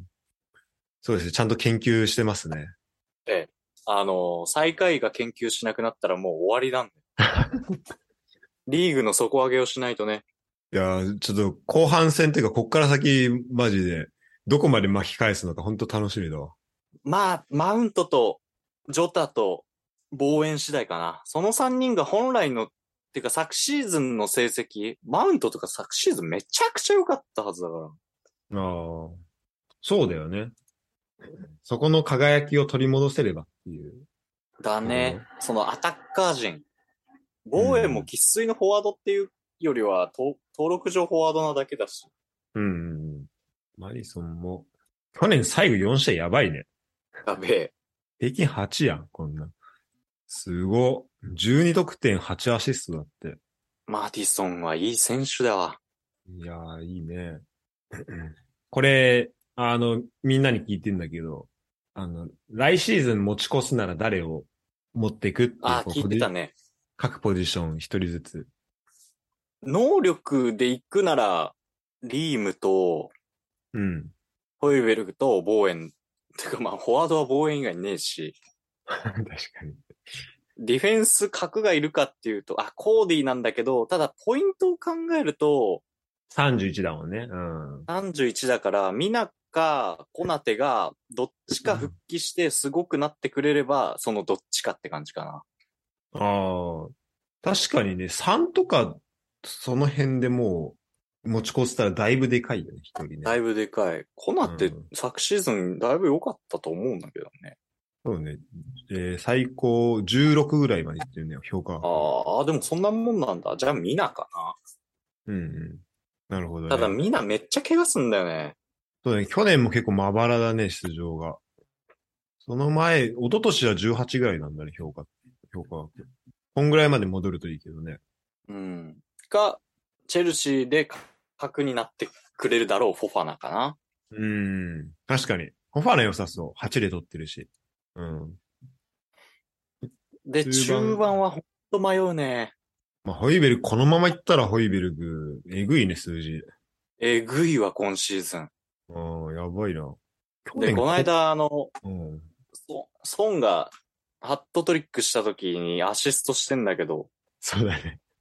そうですね。ちゃんと研究してますね。 ええ。あの、最下位が研究しなくなったらもう終わりなんで。リーグの底上げをしないとね。 いやー、ちょっと後半戦っていうか、こっから先、マジで、どこまで巻き返すのか、本当楽しみだわ。 まあ、マウントと、ジョタと、防衛次第かな。そのさんにんが本来の、てか昨シーズンの成績、マウントとか昨シーズンめちゃくちゃ良かったはずだから。 ああ、そうだよね。そこの輝きを取り戻せればっていうだね。 ところ。 そのアタッカー陣。 う防衛もん。 生粋のフォワードっていうよりは、と登録上フォワードなだけだし。 うん。マリソンも、去年最後よん試合やばいね。 やべえ。 平均はちやん、こんな。すご。じゅうに得点はちアシストだって。 マーティソンはいい選手だわ。 いやー、いいね。これ、あの、みんなに聞いてんだけど、あの、来シーズン持ち越すなら誰を持っていくっていう、 あ、聞いこうポジ、 てたね。 各ポジション一人ずつ。 能力で行くなら、リームと、 うん。 ホイベルグとボーエン。てかまあ、フォワードはボーエン以外ねえし、 確かに。 ディフェンス格がいるかっていうと、あ、コーディなんだけど、ただポイントを考えると、 さんじゅういちだもんね。うん。 さんじゅういちだから、ミナかコナテがどっちか復帰してすごくなってくれれば、そのどっちかって感じかな。 ああ、確かにね、さんとか、その辺でもう、持ち越したらだいぶでかいよね、一人ね。 だいぶでかい。コナテうん。 昨シーズンだいぶ良かったと思うんだけどね。 そうね。えー最高じゅうろくぐらいまでいってるね、評価額。 ああ、でもそんなもんなんだ。じゃあミナかな。 うんうん。なるほどただね。 ミナめっちゃ怪我すんだよね。 そうね、去年も結構まばらだね、出場が。その前、一昨年はじゅうはちぐらいなんだね、評価、評価額。こんぐらいまで戻るといいけどね。 うん。が、チェルシーで核になってくれるだろう、フォファナかな。 うーん。確かに。オファーの良さそう。はちで取ってるし。うん。 で、 中盤。 中盤はほんと迷うね。 まあ、ホイベル、このままいったらホイベルグ、えぐいね、数字。 えぐいわ、今シーズン。 ああ、やばいな。去で、 年こ、 この間、あの、 うん。 ソソンがハットトリックした時にアシストしてんだけど、 そうだね。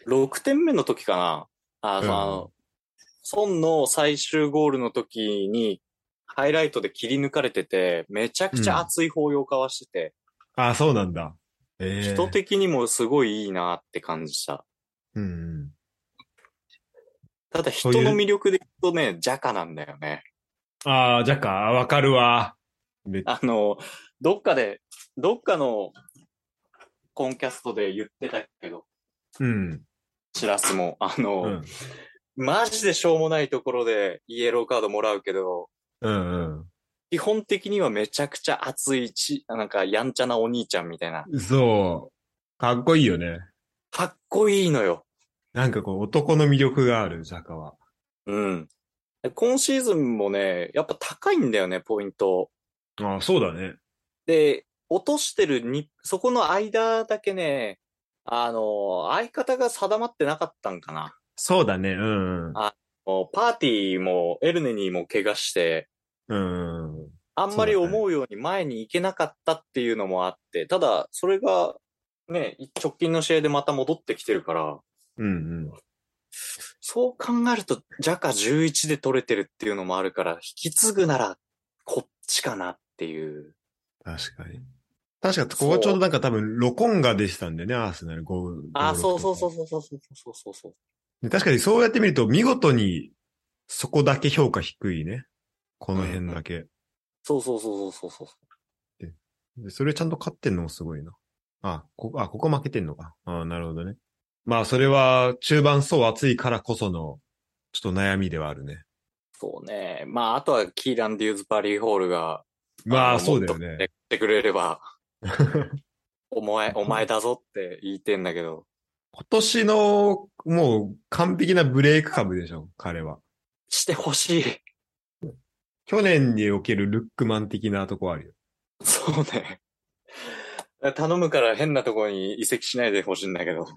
ろくてんめの時かな。あ、 うん。 その、孫の最終ゴールの時に、ハイライトで切り抜かれてて、めちゃくちゃうん。 熱い抱擁を交わしてて、 あ、そうなんだ。 人ええ的にもすごいいいなって感じた。 ー。うんうん。 ただそういう、 人の魅力で言うとね、ジャカなんだよね。 ああ、じゃか、わかるわ。め、 あの、どっかで、どっかのコンキャストで言ってたけど、 うん。 シラスも、あの、 うん。 マジでしょうもないところでイエローカードもらうけど、 うん基本的にはめちゃくちゃ熱いち、なんかやんちゃなお兄ちゃんみたいな。 うん。そう。かっこいいよね。 かっこいいのよ。 なんかこう、男の魅力がある、ジャカは。 うん。今シーズンもね、やっぱ高いんだよね、ポイント。 ああ、そうだね。でで、落としてるに、そこの間だけね、あの、相方が定まってなかったんかな。 そうだね。うんうん。 あの、パーティーもエルネにも怪我して、 うんうん。 あんまりそうだったね。 思うように前に行けなかったっていうのもあって、ただ、それが、ね、直近の試合でまた戻ってきてるから、 うんうん。 そう考えると、ジャカじゅういちで取れてるっていうのもあるから、引き継ぐなら、こっちかなっていう。 確かに。確か、ここちょうそう。 どなんか多分、ロコンがでしたんでね、アーセナルご、 あ、 ごろくそうとか。 そうそうそうそうそうそうそう。 で確かにそうやって見ると、見事にそこだけ評価低いね。このうんうん。 辺だけ。 そうそうそうそうそう。 で、でそれちゃんと勝ってんのもすごいな。あ、ここ、あ、ここ負けてんのか。あなるほどね。まあ、それは中盤層厚いからこその、ちょっと悩みではあるね。 そうね。まあ、あとはキーラン・デューズ・バリー・ホールが、あまあ、 の、もそうっとやだよね。 ってくれれば、お前、お前こだぞって言いてんだけど、 今年のもう完璧なブレイク株でしょ、彼は。 してほしい。 去年におけるルックマン的なとこあるよ。 そうね。頼むから変なところに移籍しないでほしいんだけど。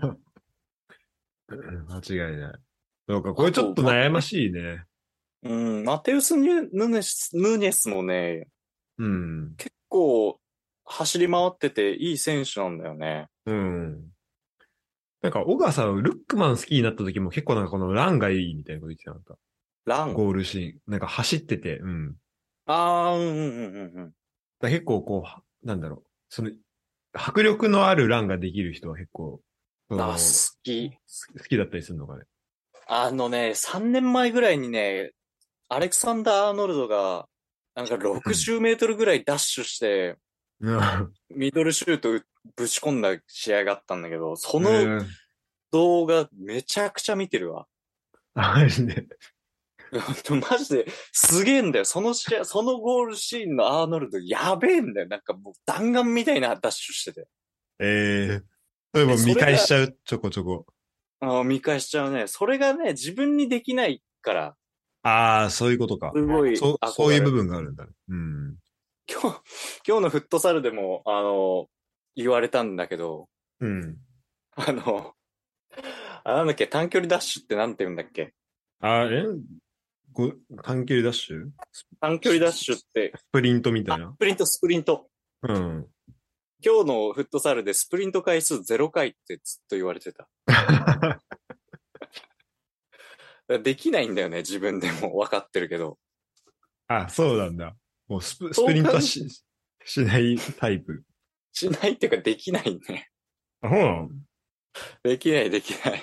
間違いない。そうか、これちょっあと、マと悩ましいね。 うん、マテウス・ヌヌネス、ヌネスもね、 うん。 結構走り回ってていい選手なんだよね。 うん。なんか、小川さん、ルックマン好きになった時も結構なんかこのランがいいみたいなこと言ってなかった。 ラン。 ゴールシーン。なんか走ってて、うん。 ああ、うんうんうんうんうん。 だ結構こう、なんだろう。その、迫力のあるランができる人は結構、そあ、 の、 好き。 好きだったりするのかね。 あのね、さんねんまえぐらいにね、アレクサンダー・アーノルドが、なんかうん。 ろくじゅうメートルぐらいダッシュして、 うん。 ミドルシュートぶち込んだ試合があったんだけど、そえのー、 動画めちゃくちゃ見てるわ。 あ、マジで。 マジで、すげえんだよ。その試合、そのゴールシーンのアーノルド、やべえんだよ。なんかもう弾丸みたいなダッシュしてて。 えー、例えばで、そ見れが、 返しちゃう、ちょこちょこ。 あー見返しちゃうね。それがね、自分にできないから、 ああ、そういうことか。 すごいそう、そういう部憧れる。 分があるんだね。うん。 今日、今日のフットサルでも、あの、言われたんだけど、 うん。 あの、あ、なんだっけ、短距離ダッシュってなんて言うんだっけ。 あー、えご、短距離ダッシュ短距離ダッスシュって、 プリントみたいあ、 な。 スプリント、スプリント。 うん。 今日のフットサルでスプリント回数ゼロ回ってずっと言われてた。できないんだよね、自分でも分かってるけど。 あ、そうなんだ。もうスプ、スプリンそうかんトはし、しないタイプ。 しないっていうかできないね。 あ、ほう。 できない、できない。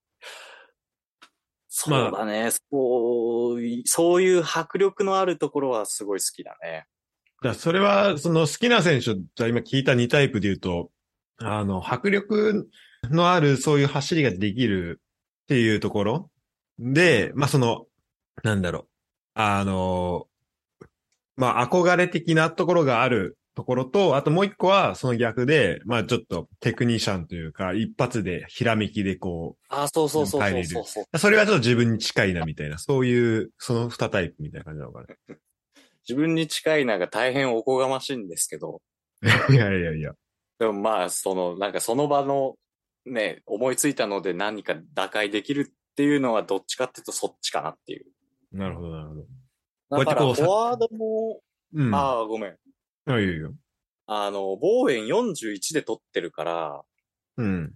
まあ、 そうだね。そうい、そういう迫力のあるところはすごい好きだね。 じゃあそれは、その好きな選手、じゃあ今聞いたにタイプで言うと、あの、迫力のあるそういう走りができるっていうところで、 うん。 まあその、なんだろう。あの、まあ憧れ的なところがあるところと、あともう一個はその逆で、まあちょっとテクニシャンというか、一発でひらめきでこあ、そうそうう、 そう帰れる。 そうそうそう。 それはちょっと自分に近いなみたいな、そういう、その二タイプみたいな感じなのか自分に近いのが大変おこがましいんですけど、 な。いやいやいや。 でもまあ、その、なんかその場のね、思いついたので何か打開できるっていうのはどっちかっていうとそっちかなっていう。 なるほど、なるほど。こうだからやってこうさ、 フォワードも、 うん。 ああ、ごめん。 あ、いいよいいよ。 あの、ボーエンよんじゅういちで取ってるから、 うん。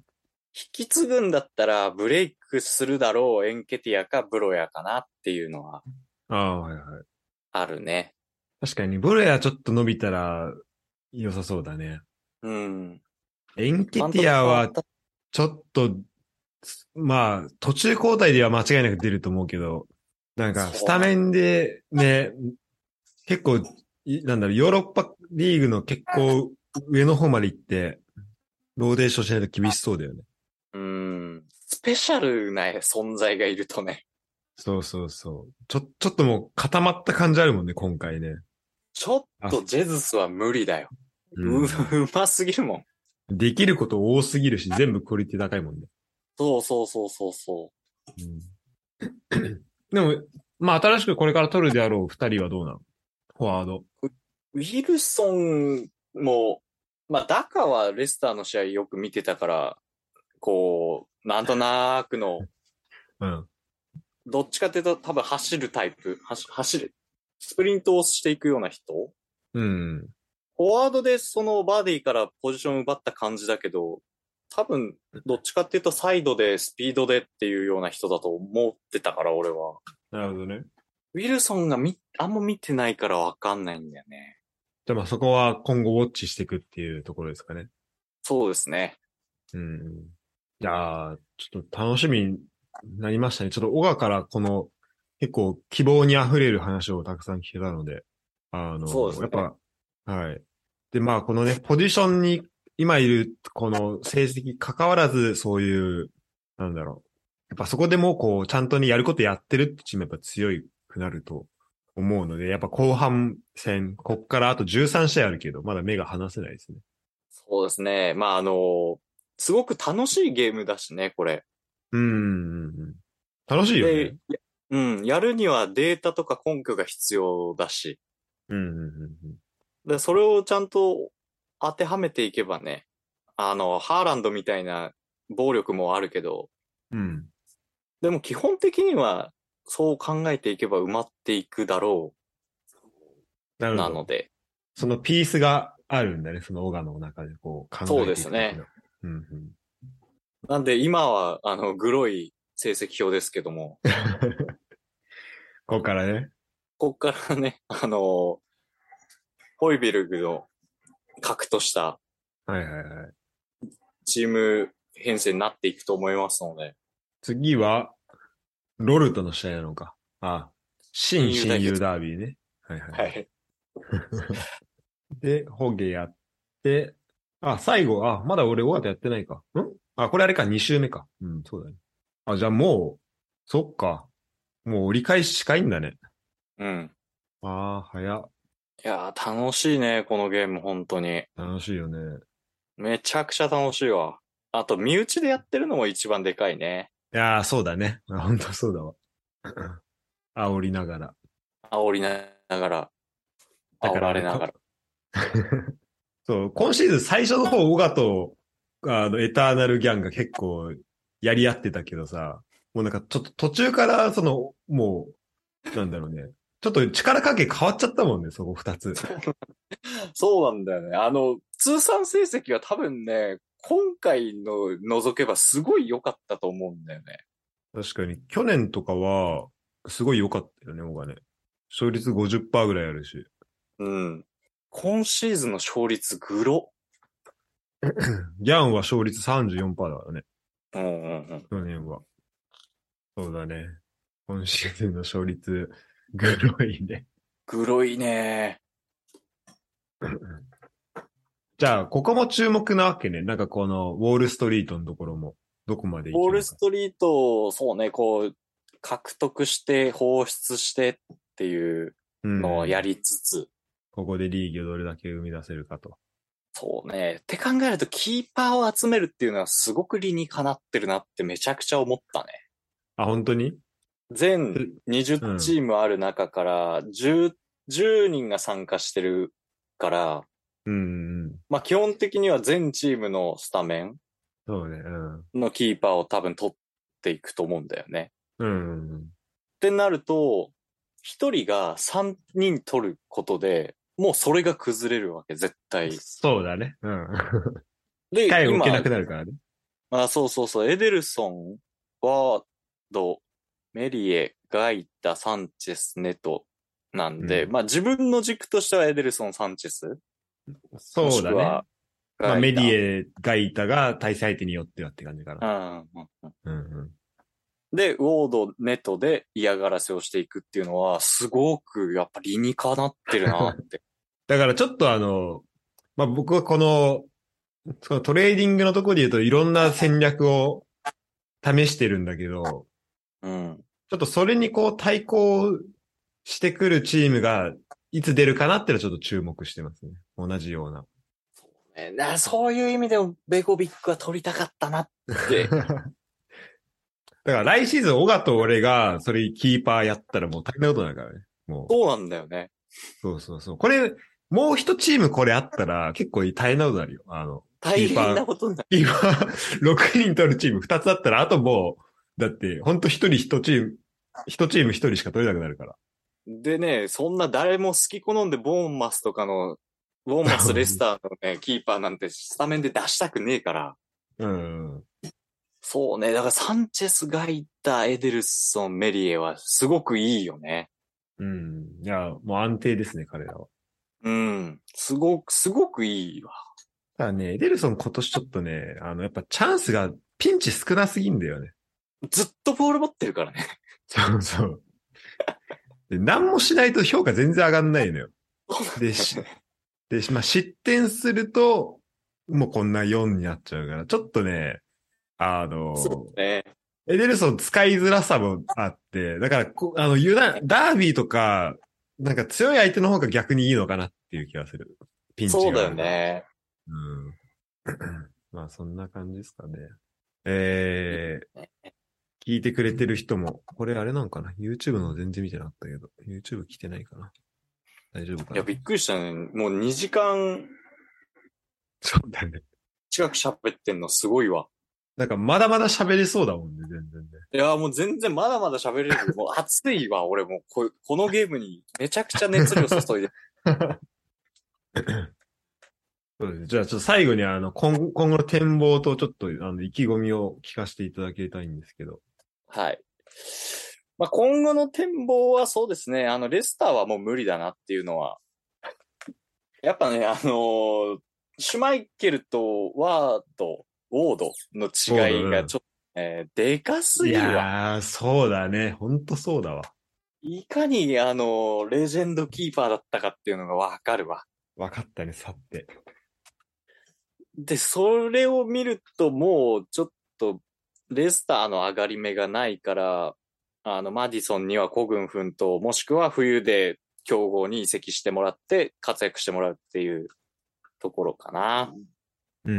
引き継ぐんだったらブレイクするだろうエンケティアかブロヤかなっていうのはああ、はいはい。 あるね。 確かに、ブレアちょっと伸びたら良さそうだね。 うん。 エンケテ監督ィアは、 変わった。 ちょっと、まあ、途中交代では間違いなく出ると思うけど、なんか、スそうなん。 タメンでね、結構、いなんだろう、ヨーロッパリーグの結構上の方まで行って、ローテーションしないと厳しそうだよね。 うん。スペシャルな存在がいるとね、 そうそうそう。ちょ、ちょっともう固まった感じあるもんね、今回ね。 ちょっあ、 とジェズスは無理だよ。う、ううん。 ますぎるもん。 できること多すぎるし、全部クオリティ高いもんね。 そうそうそうそうそうん、でも、まあ、新しくこれから取るであろう二人はどうなの？フォワード。 う。ウィルソンも、まあ、ダカはレスターの試合よく見てたから、こう、なんとなくの、 うん。 どっちかっていうと多分走るタイプ、走走る。スプリントをしていくような人。 うん。 フォワードでそのバーディーからポジション奪った感じだけど、多分、どっちかっていうとサイドでスピードでっていうような人だと思ってたから、俺は。 なるほどね。 ウィルソンがみ、あんま見てないからわかんないんだよね。 じゃあまあそこは今後ウォッチしていくっていうところですかね。 そうですね。 うん。いやー、ちょっと楽しみになりましたね。ちょっと小川からこの結構希望に溢れる話をたくさん聞けたので、あの、 そうですね。 やっぱ、はい。で、まあこのね、ポジションに今いるこの成績関わらずそういう、なんだろう。やっぱそこでもこう、ちゃんとね、やることやってるってチームやっぱ強くなると思うので、やっぱ後半戦、こっからあとじゅうさん試合あるけど、まだ目が離せないですね。 そうですね。まあ、あの、すごく楽しいゲームだしね、これ。 うーん。楽しいよね。 で、やうん、やるにはデータとか根拠が必要だし。 うん、うん、うん。 で、それをちゃんと当てはめていけばね、あの、ハーランドみたいな暴力もあるけど、 うん。 でも基本的にはそう考えていけば埋まっていくだろう。 なるほど。 なので、 そのピースがあるんだね。そのオガの中でこう考そうえですね。 ていくときの。うん、うん。 なんで今は、あの、グロい成績表ですけども、 ここからね。 こっからね、あの、ホイビルグの核としたはいはいはい。 チーム編成になっていくと思いますので、 次は、ロルトの試合なのか。あ、新親友対決。 親友ダービーね。はいはいはい。 はい。 で、ホゲやって、あ、最後、あ、まだ俺終わってやってないか。んあ、これあれか、に周目か。うん、そうだね。あ、じゃあもう、そっか。もう折り返し近いんだね。 うん。 ああ、早っ。 いやー、楽しいね、このゲーム、本当に。 楽しいよね。 めちゃくちゃ楽しいわ。あと、身内でやってるのも一番でかいね。 いやー、そうだね。あ、本当そうだわ。煽りながら。 煽りながら、煽だからあれ、こられながら。 そう、今シーズン最初の方、オガと、あの、エターナルギャンが結構やり合ってたけどさ、もうなんかちょっと途中から、その、もう、なんだろうね。ちょっと力関係変わっちゃったもんね、そこ二つ。 そうなんだよね。あの、通算成績は多分ね、今回の除けばすごい良かったと思うんだよね。 確かに、去年とかは、すごい良かったよね、オガね。勝率ごじゅっパーセントぐらいあるし。 うん。今シーズンの勝率グロ。 ギャンは勝率さんじゅうよんパーセントだからね、 うんうんうん。 去年は。そうだね。今シーズンの勝率、グロいね。 グロいね。 じゃあ、ここも注目なわけね。なんかこの、ウォールストリートのところも、どこまでいウォーけるか。 ルストリート、そうね、こう、獲得して放出してっていううのをやん。 りつつ、 ここでリーグをどれだけ生み出せるかと。 そうね。って考えると、キーパーを集めるっていうのはすごく理にかなってるなってめちゃくちゃ思ったね。 あ、本当に？ 全にじゅううん。 チームある中からじゅう、じゅうにんが参加してるから、 うん。 まあ基本的には全チームのスタメンそうね。うん。 のキーパーを多分取っていくと思うんだよね。 うん。 ってなると、一人が三人取ることで、もうそれが崩れるわけ、絶対。 そうだね。うん。機で、 会を置けな今、 くなるからね。 あ、そうそうそう。エデルソン、ワード、メリエ、ガイタ、サンチェス、ネトなんで、 うん。 まあ自分の軸としてはエデルソン、サンチェス、もそうだね。 しくはまあメディガイタ。 エがいたが対戦相手によってはって感じかな。 うん。うんうんうんうん。 で、ウォード、ネトで嫌がらせをしていくっていうのは、すごくやっぱ理にかなってるなって。 だからちょっとあの、まあ僕はこの、そのトレーディングのところで言うといろんな戦略を試してるんだけど、 うん。 ちょっとそれにこう対抗してくるチームがいつ出るかなっていうのはちょっと注目してますね。同じような。 ねなそういう意味でもベゴビックは取りたかったなって。 だから来シーズン、オガと俺が、それキーパーやったらもう大変なことになるからね。もう。 そうなんだよね。 そうそうそう。これ、もう一チームこれあったら結構大変なことになるよ。あの、キ大変ーパー、 なことになる。 キーパーろくにん取るチームふたつあったら、あともう、だって、ほんとひとりひとチーム、ひとチームひとりしか取れなくなるから。 でね、そんな誰も好き好んでボーンマスとかの、ボーンマス、レスターのね、キーパーなんてスタメンで出したくねえから。 うん。 そうね。だからサンチェスがいたエデルソン、メリエはすごくいいよね。 うん。いや、もう安定ですね、彼らは。 うん。すごく、すごくいいわ。 ただね、エデルソン今年ちょっとね、あの、やっぱチャンスがピンチ少なすぎんだよね。 ずっとボール持ってるからね。 そうそう。で、何もしないと評価全然上がんないのよ。で、し、で、まあ、失点すると、もうこんなよんになっちゃうから、ちょっとね、あの、 そうね。 エデルソン使いづらさもあって、だからこ、あの、油断、ダービーとか、なんか強い相手の方が逆にいいのかなっていう気がする。ピンチそうだよがあるから。 ね。 うん。まあ、そんな感じですかね。えー、聞いてくれてる人も、これあれなんかな？ YouTube の全然見てなかったけど、YouTube 来てないかな？大丈夫かいや、 な？ びっくりしたね。もうにじかんそうだね。 近く喋ってんのすごいわ。 なんかまだまだ喋れそうだもんね、全然ね。 いや、もう全然まだまだ喋れる。もう熱いわ、俺もうこ、このゲームにめちゃくちゃ熱量注いで。 そうです。じゃあちょっと最後にあの、今、今後の展望とちょっとあの、意気込みを聞かせていただきたいんですけど。 はい。まあ、今後の展望はそうですね。あの、レスターはもう無理だなっていうのは。やっぱね、あのーシュマイケルとワード、ウォードのそうだ、 違いがうん。 ちょっと、ね、でかすいぎるわ。 やー、そうだね。ほんとそうだわ。 いかに、あのーレジェンドキーパーだったかっていうのがわかるわ。 わかったね、さって。 で、それを見るともうちょっとレスターの上がり目がないから、あの、マディソンには孤軍奮闘、もしくは冬で強豪に移籍してもらって活躍してもらうっていうところかな。 うん。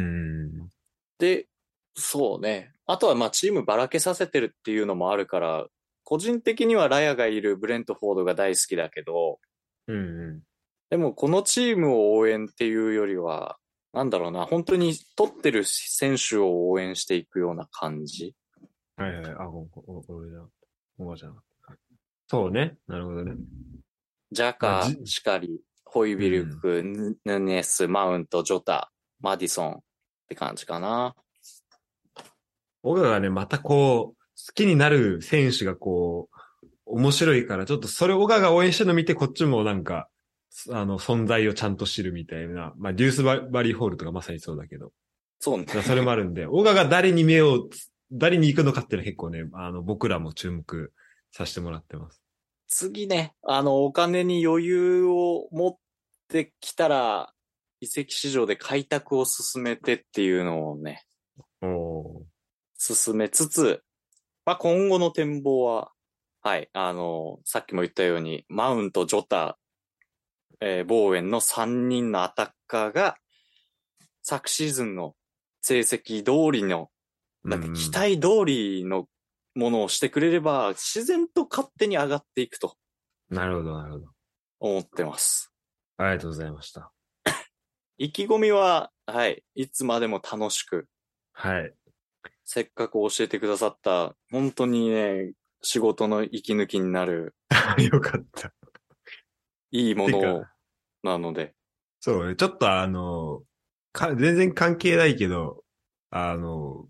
で、そうね。あとはまあチームばらけさせてるっていうのもあるから、個人的にはラヤがいるブレントフォードが大好きだけど、 うんうん。 でもこのチームを応援っていうよりは、なんだろうな、本当に取ってる選手を応援していくような感じ。 はいはい。あ、ご、ご、ご、じゃごじゃん。そうね。なるほどね。 ジャまあ、 カ、 じ、 シカリ、ホイビルうん。 ク、ヌヌネス、マウント、ジョタ、マディソンって感じかな。 オガがね、またこう、好きになる選手がこう、面白いから、ちょっとそれオガが応援してるの見て、こっちもなんか、あの、存在をちゃんと知るみたいな。まあ、デュースババリーホールとかまさにそうだけど。 そうね。 だからそれもあるんで、オガが誰に目を、誰に行くのかっていうのは結構ね、あの、僕らも注目させてもらってます。 次ね、あの、お金に余裕を持ってきたら、移籍市場で開拓を進めてっていうのをね、 おー。 進めつつ、まあ、今後の展望は、はい、あの、さっきも言ったように、マウント、ジョタ、えー、ボーエンのさんにんのアタッカーが、昨シーズンの成績通りの、 うだって期ん。 待通りのものをしてくれれば、自然と勝手に上がっていくとなるほど、なるほど。 思ってます。 ありがとうございました。 意気込みは、はい、いつまでも楽しく、 はい。 せっかく教えてくださった、本当にね、仕事の息抜きになる、 よかった。 いいもてのか、 なので、 そうね、ちょっとあの、か、全然関係ないけど、あの、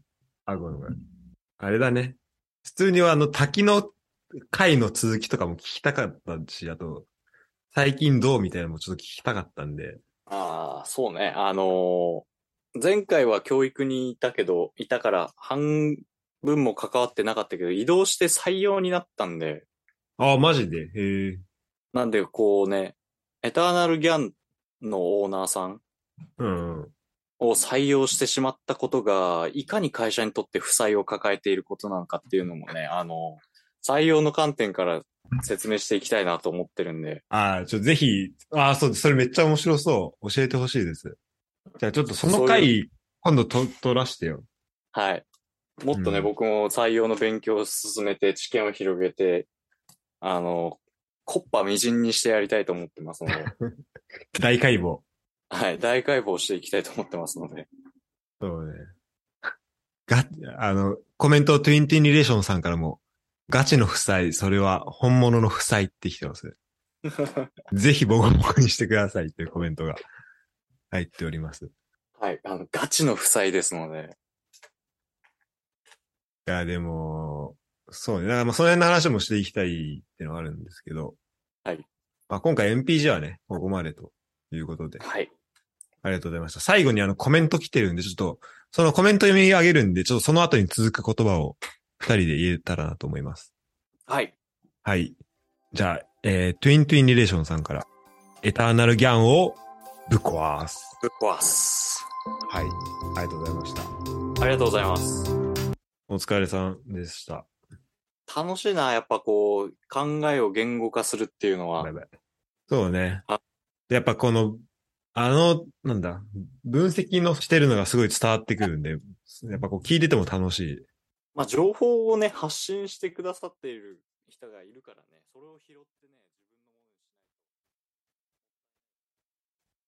あ、ごめんごめん。あれだね。普通にはあの滝の回の続きとかも聞きたかったし、あと、最近どうみたいなのもちょっと聞きたかったんで。 ああ、そうね。あのー前回は教育にいたけど、いたから半分も関わってなかったけど、移動して採用になったんで、 ああ、マジでへえ。 なんでこうね、エターナルギャンのオーナーさんうんうん。 を採用してしまったことが、いかに会社にとって負債を抱えていることなのかっていうのもね、あの、採用の観点から説明していきたいなと思ってるんで、 ああ、ちょ、ぜひ、ああ、そう、それめっちゃ面白そう。教えてほしいです。じゃあちょっとそのそういう、 回、今度と、取らしてよ。 はい。もっとね、 うん。 僕も採用の勉強を進めて、知見を広げて、あの、コッパみじんにしてやりたいと思ってますので、 大解剖。 はい、大解剖していきたいと思ってますので。 そうね。が、あの、コメント、トゥインティーリレーションさんからも、ガチの負債、それは本物の負債って来てます。ぜひボコボコにしてくださいというコメントが入っております。いはい、あの、ガチの負債ですので。 や、でも、そうね。だからまあ、その辺の話もしていきたいっていうのがあるんですけど、 はい。 まあ、今回 エムピージー はね、ここまでということで、 はい。 ありがとうございました。最後にあのコメント来てるんで、ちょっと、そのコメント読み上げるんで、ちょっとその後に続く言葉を二人で言えたらなと思います。 はい。 はい。じゃあ、えー、トゥイントゥインリレーションさんから、エターナルギャンをぶっ壊す。 ぶっ壊す。 はい。ありがとうございました。 ありがとうございます。 お疲れさんでした。 楽しいな、やっぱこう、考えを言語化するっていうのは。 バイバイ。そうねあ。 でやっぱこの、あの、なんだ、分析のしてるのがすごい伝わってくるんで、やっぱこう聞いてても楽しい。 まあ、情報をね、発信してくださっている人がいるからね、それを拾ってね、